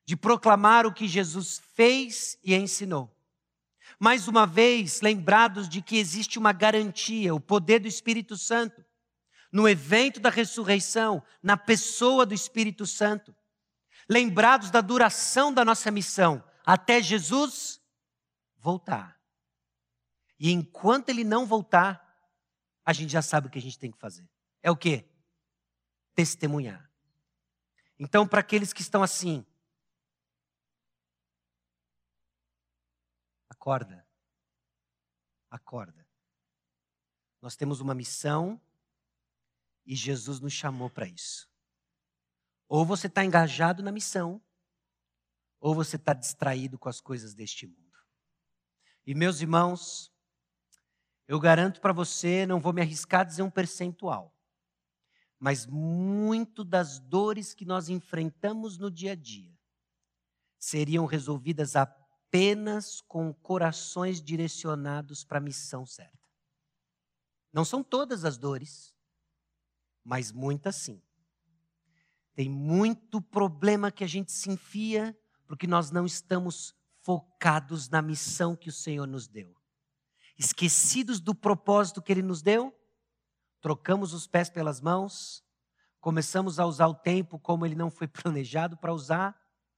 [SPEAKER 1] de proclamar o que Jesus fez e ensinou. Mais uma vez, lembrados de que existe uma garantia, o poder do Espírito Santo, no evento da ressurreição, na pessoa do Espírito Santo. Lembrados da duração da nossa missão, até Jesus voltar. E enquanto Ele não voltar, a gente já sabe o que a gente tem que fazer. É o quê? Testemunhar. Então, para aqueles que estão assim, acorda. Acorda. Nós temos uma missão e Jesus nos chamou para isso. Ou você está engajado na missão, ou você está distraído com as coisas deste mundo. E meus irmãos, eu garanto para você, não vou me arriscar a dizer um percentual, mas muito das dores que nós enfrentamos no dia a dia seriam resolvidas apenas com corações direcionados para a missão certa. Não são todas as dores, mas muitas sim. Tem muito problema que a gente se enfia porque nós não estamos focados na missão que o Senhor nos deu. Esquecidos do propósito que Ele nos deu, trocamos os pés pelas mãos, começamos a usar o tempo como ele não foi planejado para usar.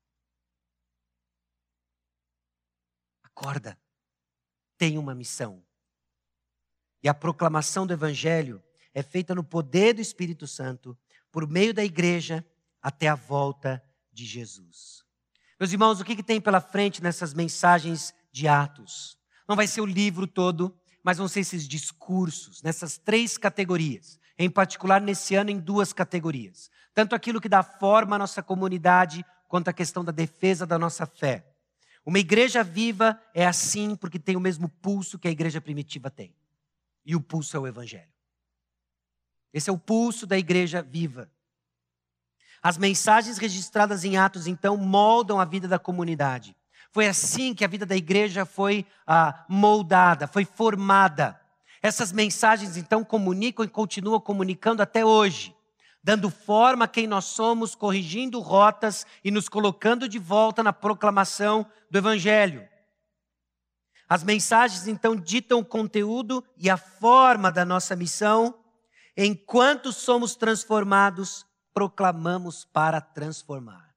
[SPEAKER 1] Acorda, tem uma missão. E a proclamação do Evangelho é feita no poder do Espírito Santo, por meio da igreja, até a volta de Jesus. Meus irmãos, o que tem pela frente nessas mensagens de Atos? Não vai ser o livro todo, mas vão ser esses discursos, nessas 3 categorias. Em particular, nesse ano, em 2 categorias. Tanto aquilo que dá forma à nossa comunidade, quanto a questão da defesa da nossa fé. Uma igreja viva é assim porque tem o mesmo pulso que a igreja primitiva tem. E o pulso é o Evangelho. Esse é o pulso da igreja viva. As mensagens registradas em Atos, então, moldam a vida da comunidade. Foi assim que a vida da igreja foi moldada, foi formada. Essas mensagens, então, comunicam e continuam comunicando até hoje, dando forma a quem nós somos, corrigindo rotas e nos colocando de volta na proclamação do Evangelho. As mensagens, então, ditam o conteúdo e a forma da nossa missão. Enquanto somos transformados, proclamamos para transformar.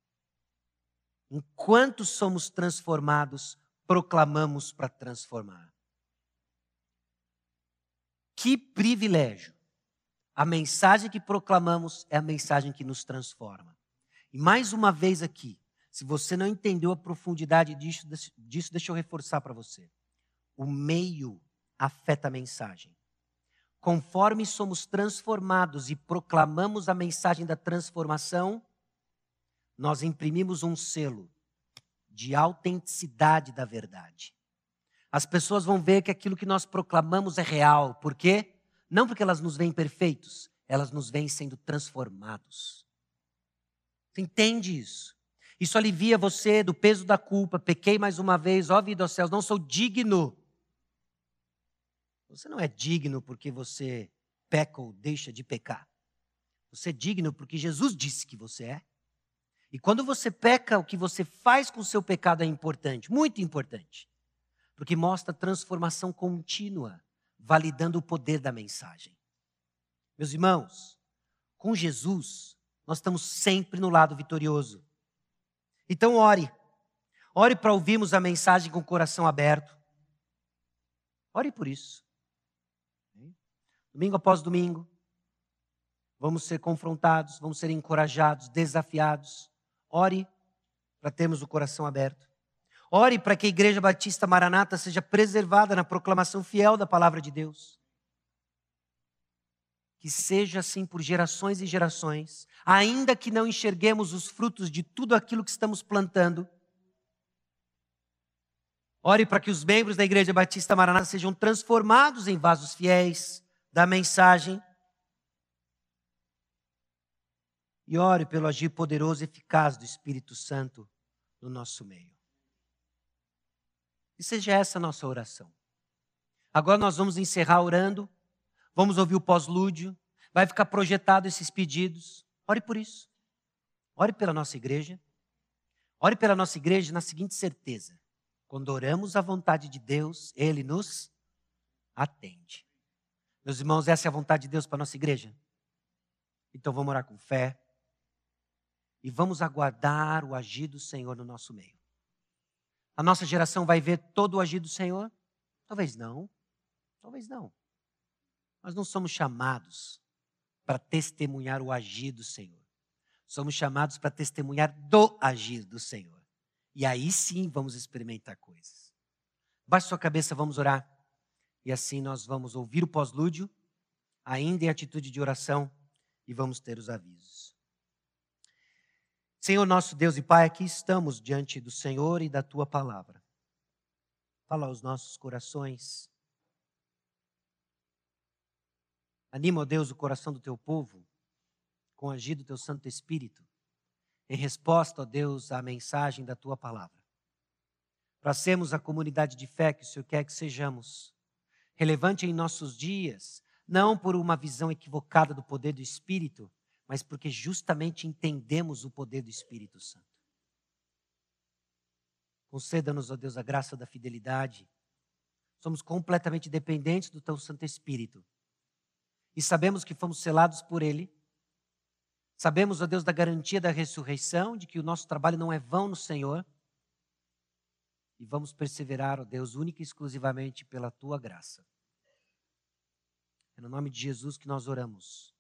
[SPEAKER 1] Enquanto somos transformados, proclamamos para transformar. Que privilégio! A mensagem que proclamamos é a mensagem que nos transforma. E mais uma vez aqui, se você não entendeu a profundidade disso, deixa eu reforçar para você. O meio afeta a mensagem. Conforme somos transformados e proclamamos a mensagem da transformação, nós imprimimos um selo de autenticidade da verdade. As pessoas vão ver que aquilo que nós proclamamos é real. Por quê? Não porque elas nos veem perfeitos, elas nos veem sendo transformados. Você entende isso? Isso alivia você do peso da culpa. Pequei mais uma vez, ó vida aos céus, não sou digno. Você não é digno porque você peca ou deixa de pecar. Você é digno porque Jesus disse que você é. E quando você peca, o que você faz com o seu pecado é importante, muito importante. Porque mostra transformação contínua, validando o poder da mensagem. Meus irmãos, com Jesus, nós estamos sempre no lado vitorioso. Então ore. Ore para ouvirmos a mensagem com o coração aberto. Ore por isso. Domingo após domingo, vamos ser confrontados, vamos ser encorajados, desafiados. Ore para termos o coração aberto. Ore para que a Igreja Batista Maranata seja preservada na proclamação fiel da palavra de Deus. Que seja assim por gerações e gerações, ainda que não enxerguemos os frutos de tudo aquilo que estamos plantando. Ore para que os membros da Igreja Batista Maranata sejam transformados em vasos fiéis da mensagem. E ore pelo agir poderoso e eficaz do Espírito Santo no nosso meio. E seja essa a nossa oração. Agora nós vamos encerrar orando, vamos ouvir o pós-lúdio, vai ficar projetado esses pedidos. Ore por isso. Ore pela nossa igreja. Ore pela nossa igreja na seguinte certeza: quando oramos a vontade de Deus, Ele nos atende. Meus irmãos, essa é a vontade de Deus para a nossa igreja? Então vamos orar com fé e vamos aguardar o agir do Senhor no nosso meio. A nossa geração vai ver todo o agir do Senhor? Talvez não, talvez não. Nós não somos chamados para testemunhar o agir do Senhor. Somos chamados para testemunhar do agir do Senhor. E aí sim vamos experimentar coisas. Baixe sua cabeça, vamos orar. E assim nós vamos ouvir o pós-lúdio, ainda em atitude de oração, e vamos ter os avisos. Senhor nosso Deus e Pai, aqui estamos diante do Senhor e da Tua palavra. Fala aos nossos corações. Anima, ó Deus, o coração do Teu povo com o agir do Teu Santo Espírito, em resposta, ó Deus, à mensagem da Tua palavra. Para sermos a comunidade de fé que o Senhor quer que sejamos, relevante em nossos dias, não por uma visão equivocada do poder do Espírito, mas porque justamente entendemos o poder do Espírito Santo. Conceda-nos, ó Deus, a graça da fidelidade. Somos completamente dependentes do Teu Santo Espírito. E sabemos que fomos selados por Ele. Sabemos, ó Deus, da garantia da ressurreição, de que o nosso trabalho não é vão no Senhor. E vamos perseverar, ó Deus, única e exclusivamente pela Tua graça. É no nome de Jesus que nós oramos.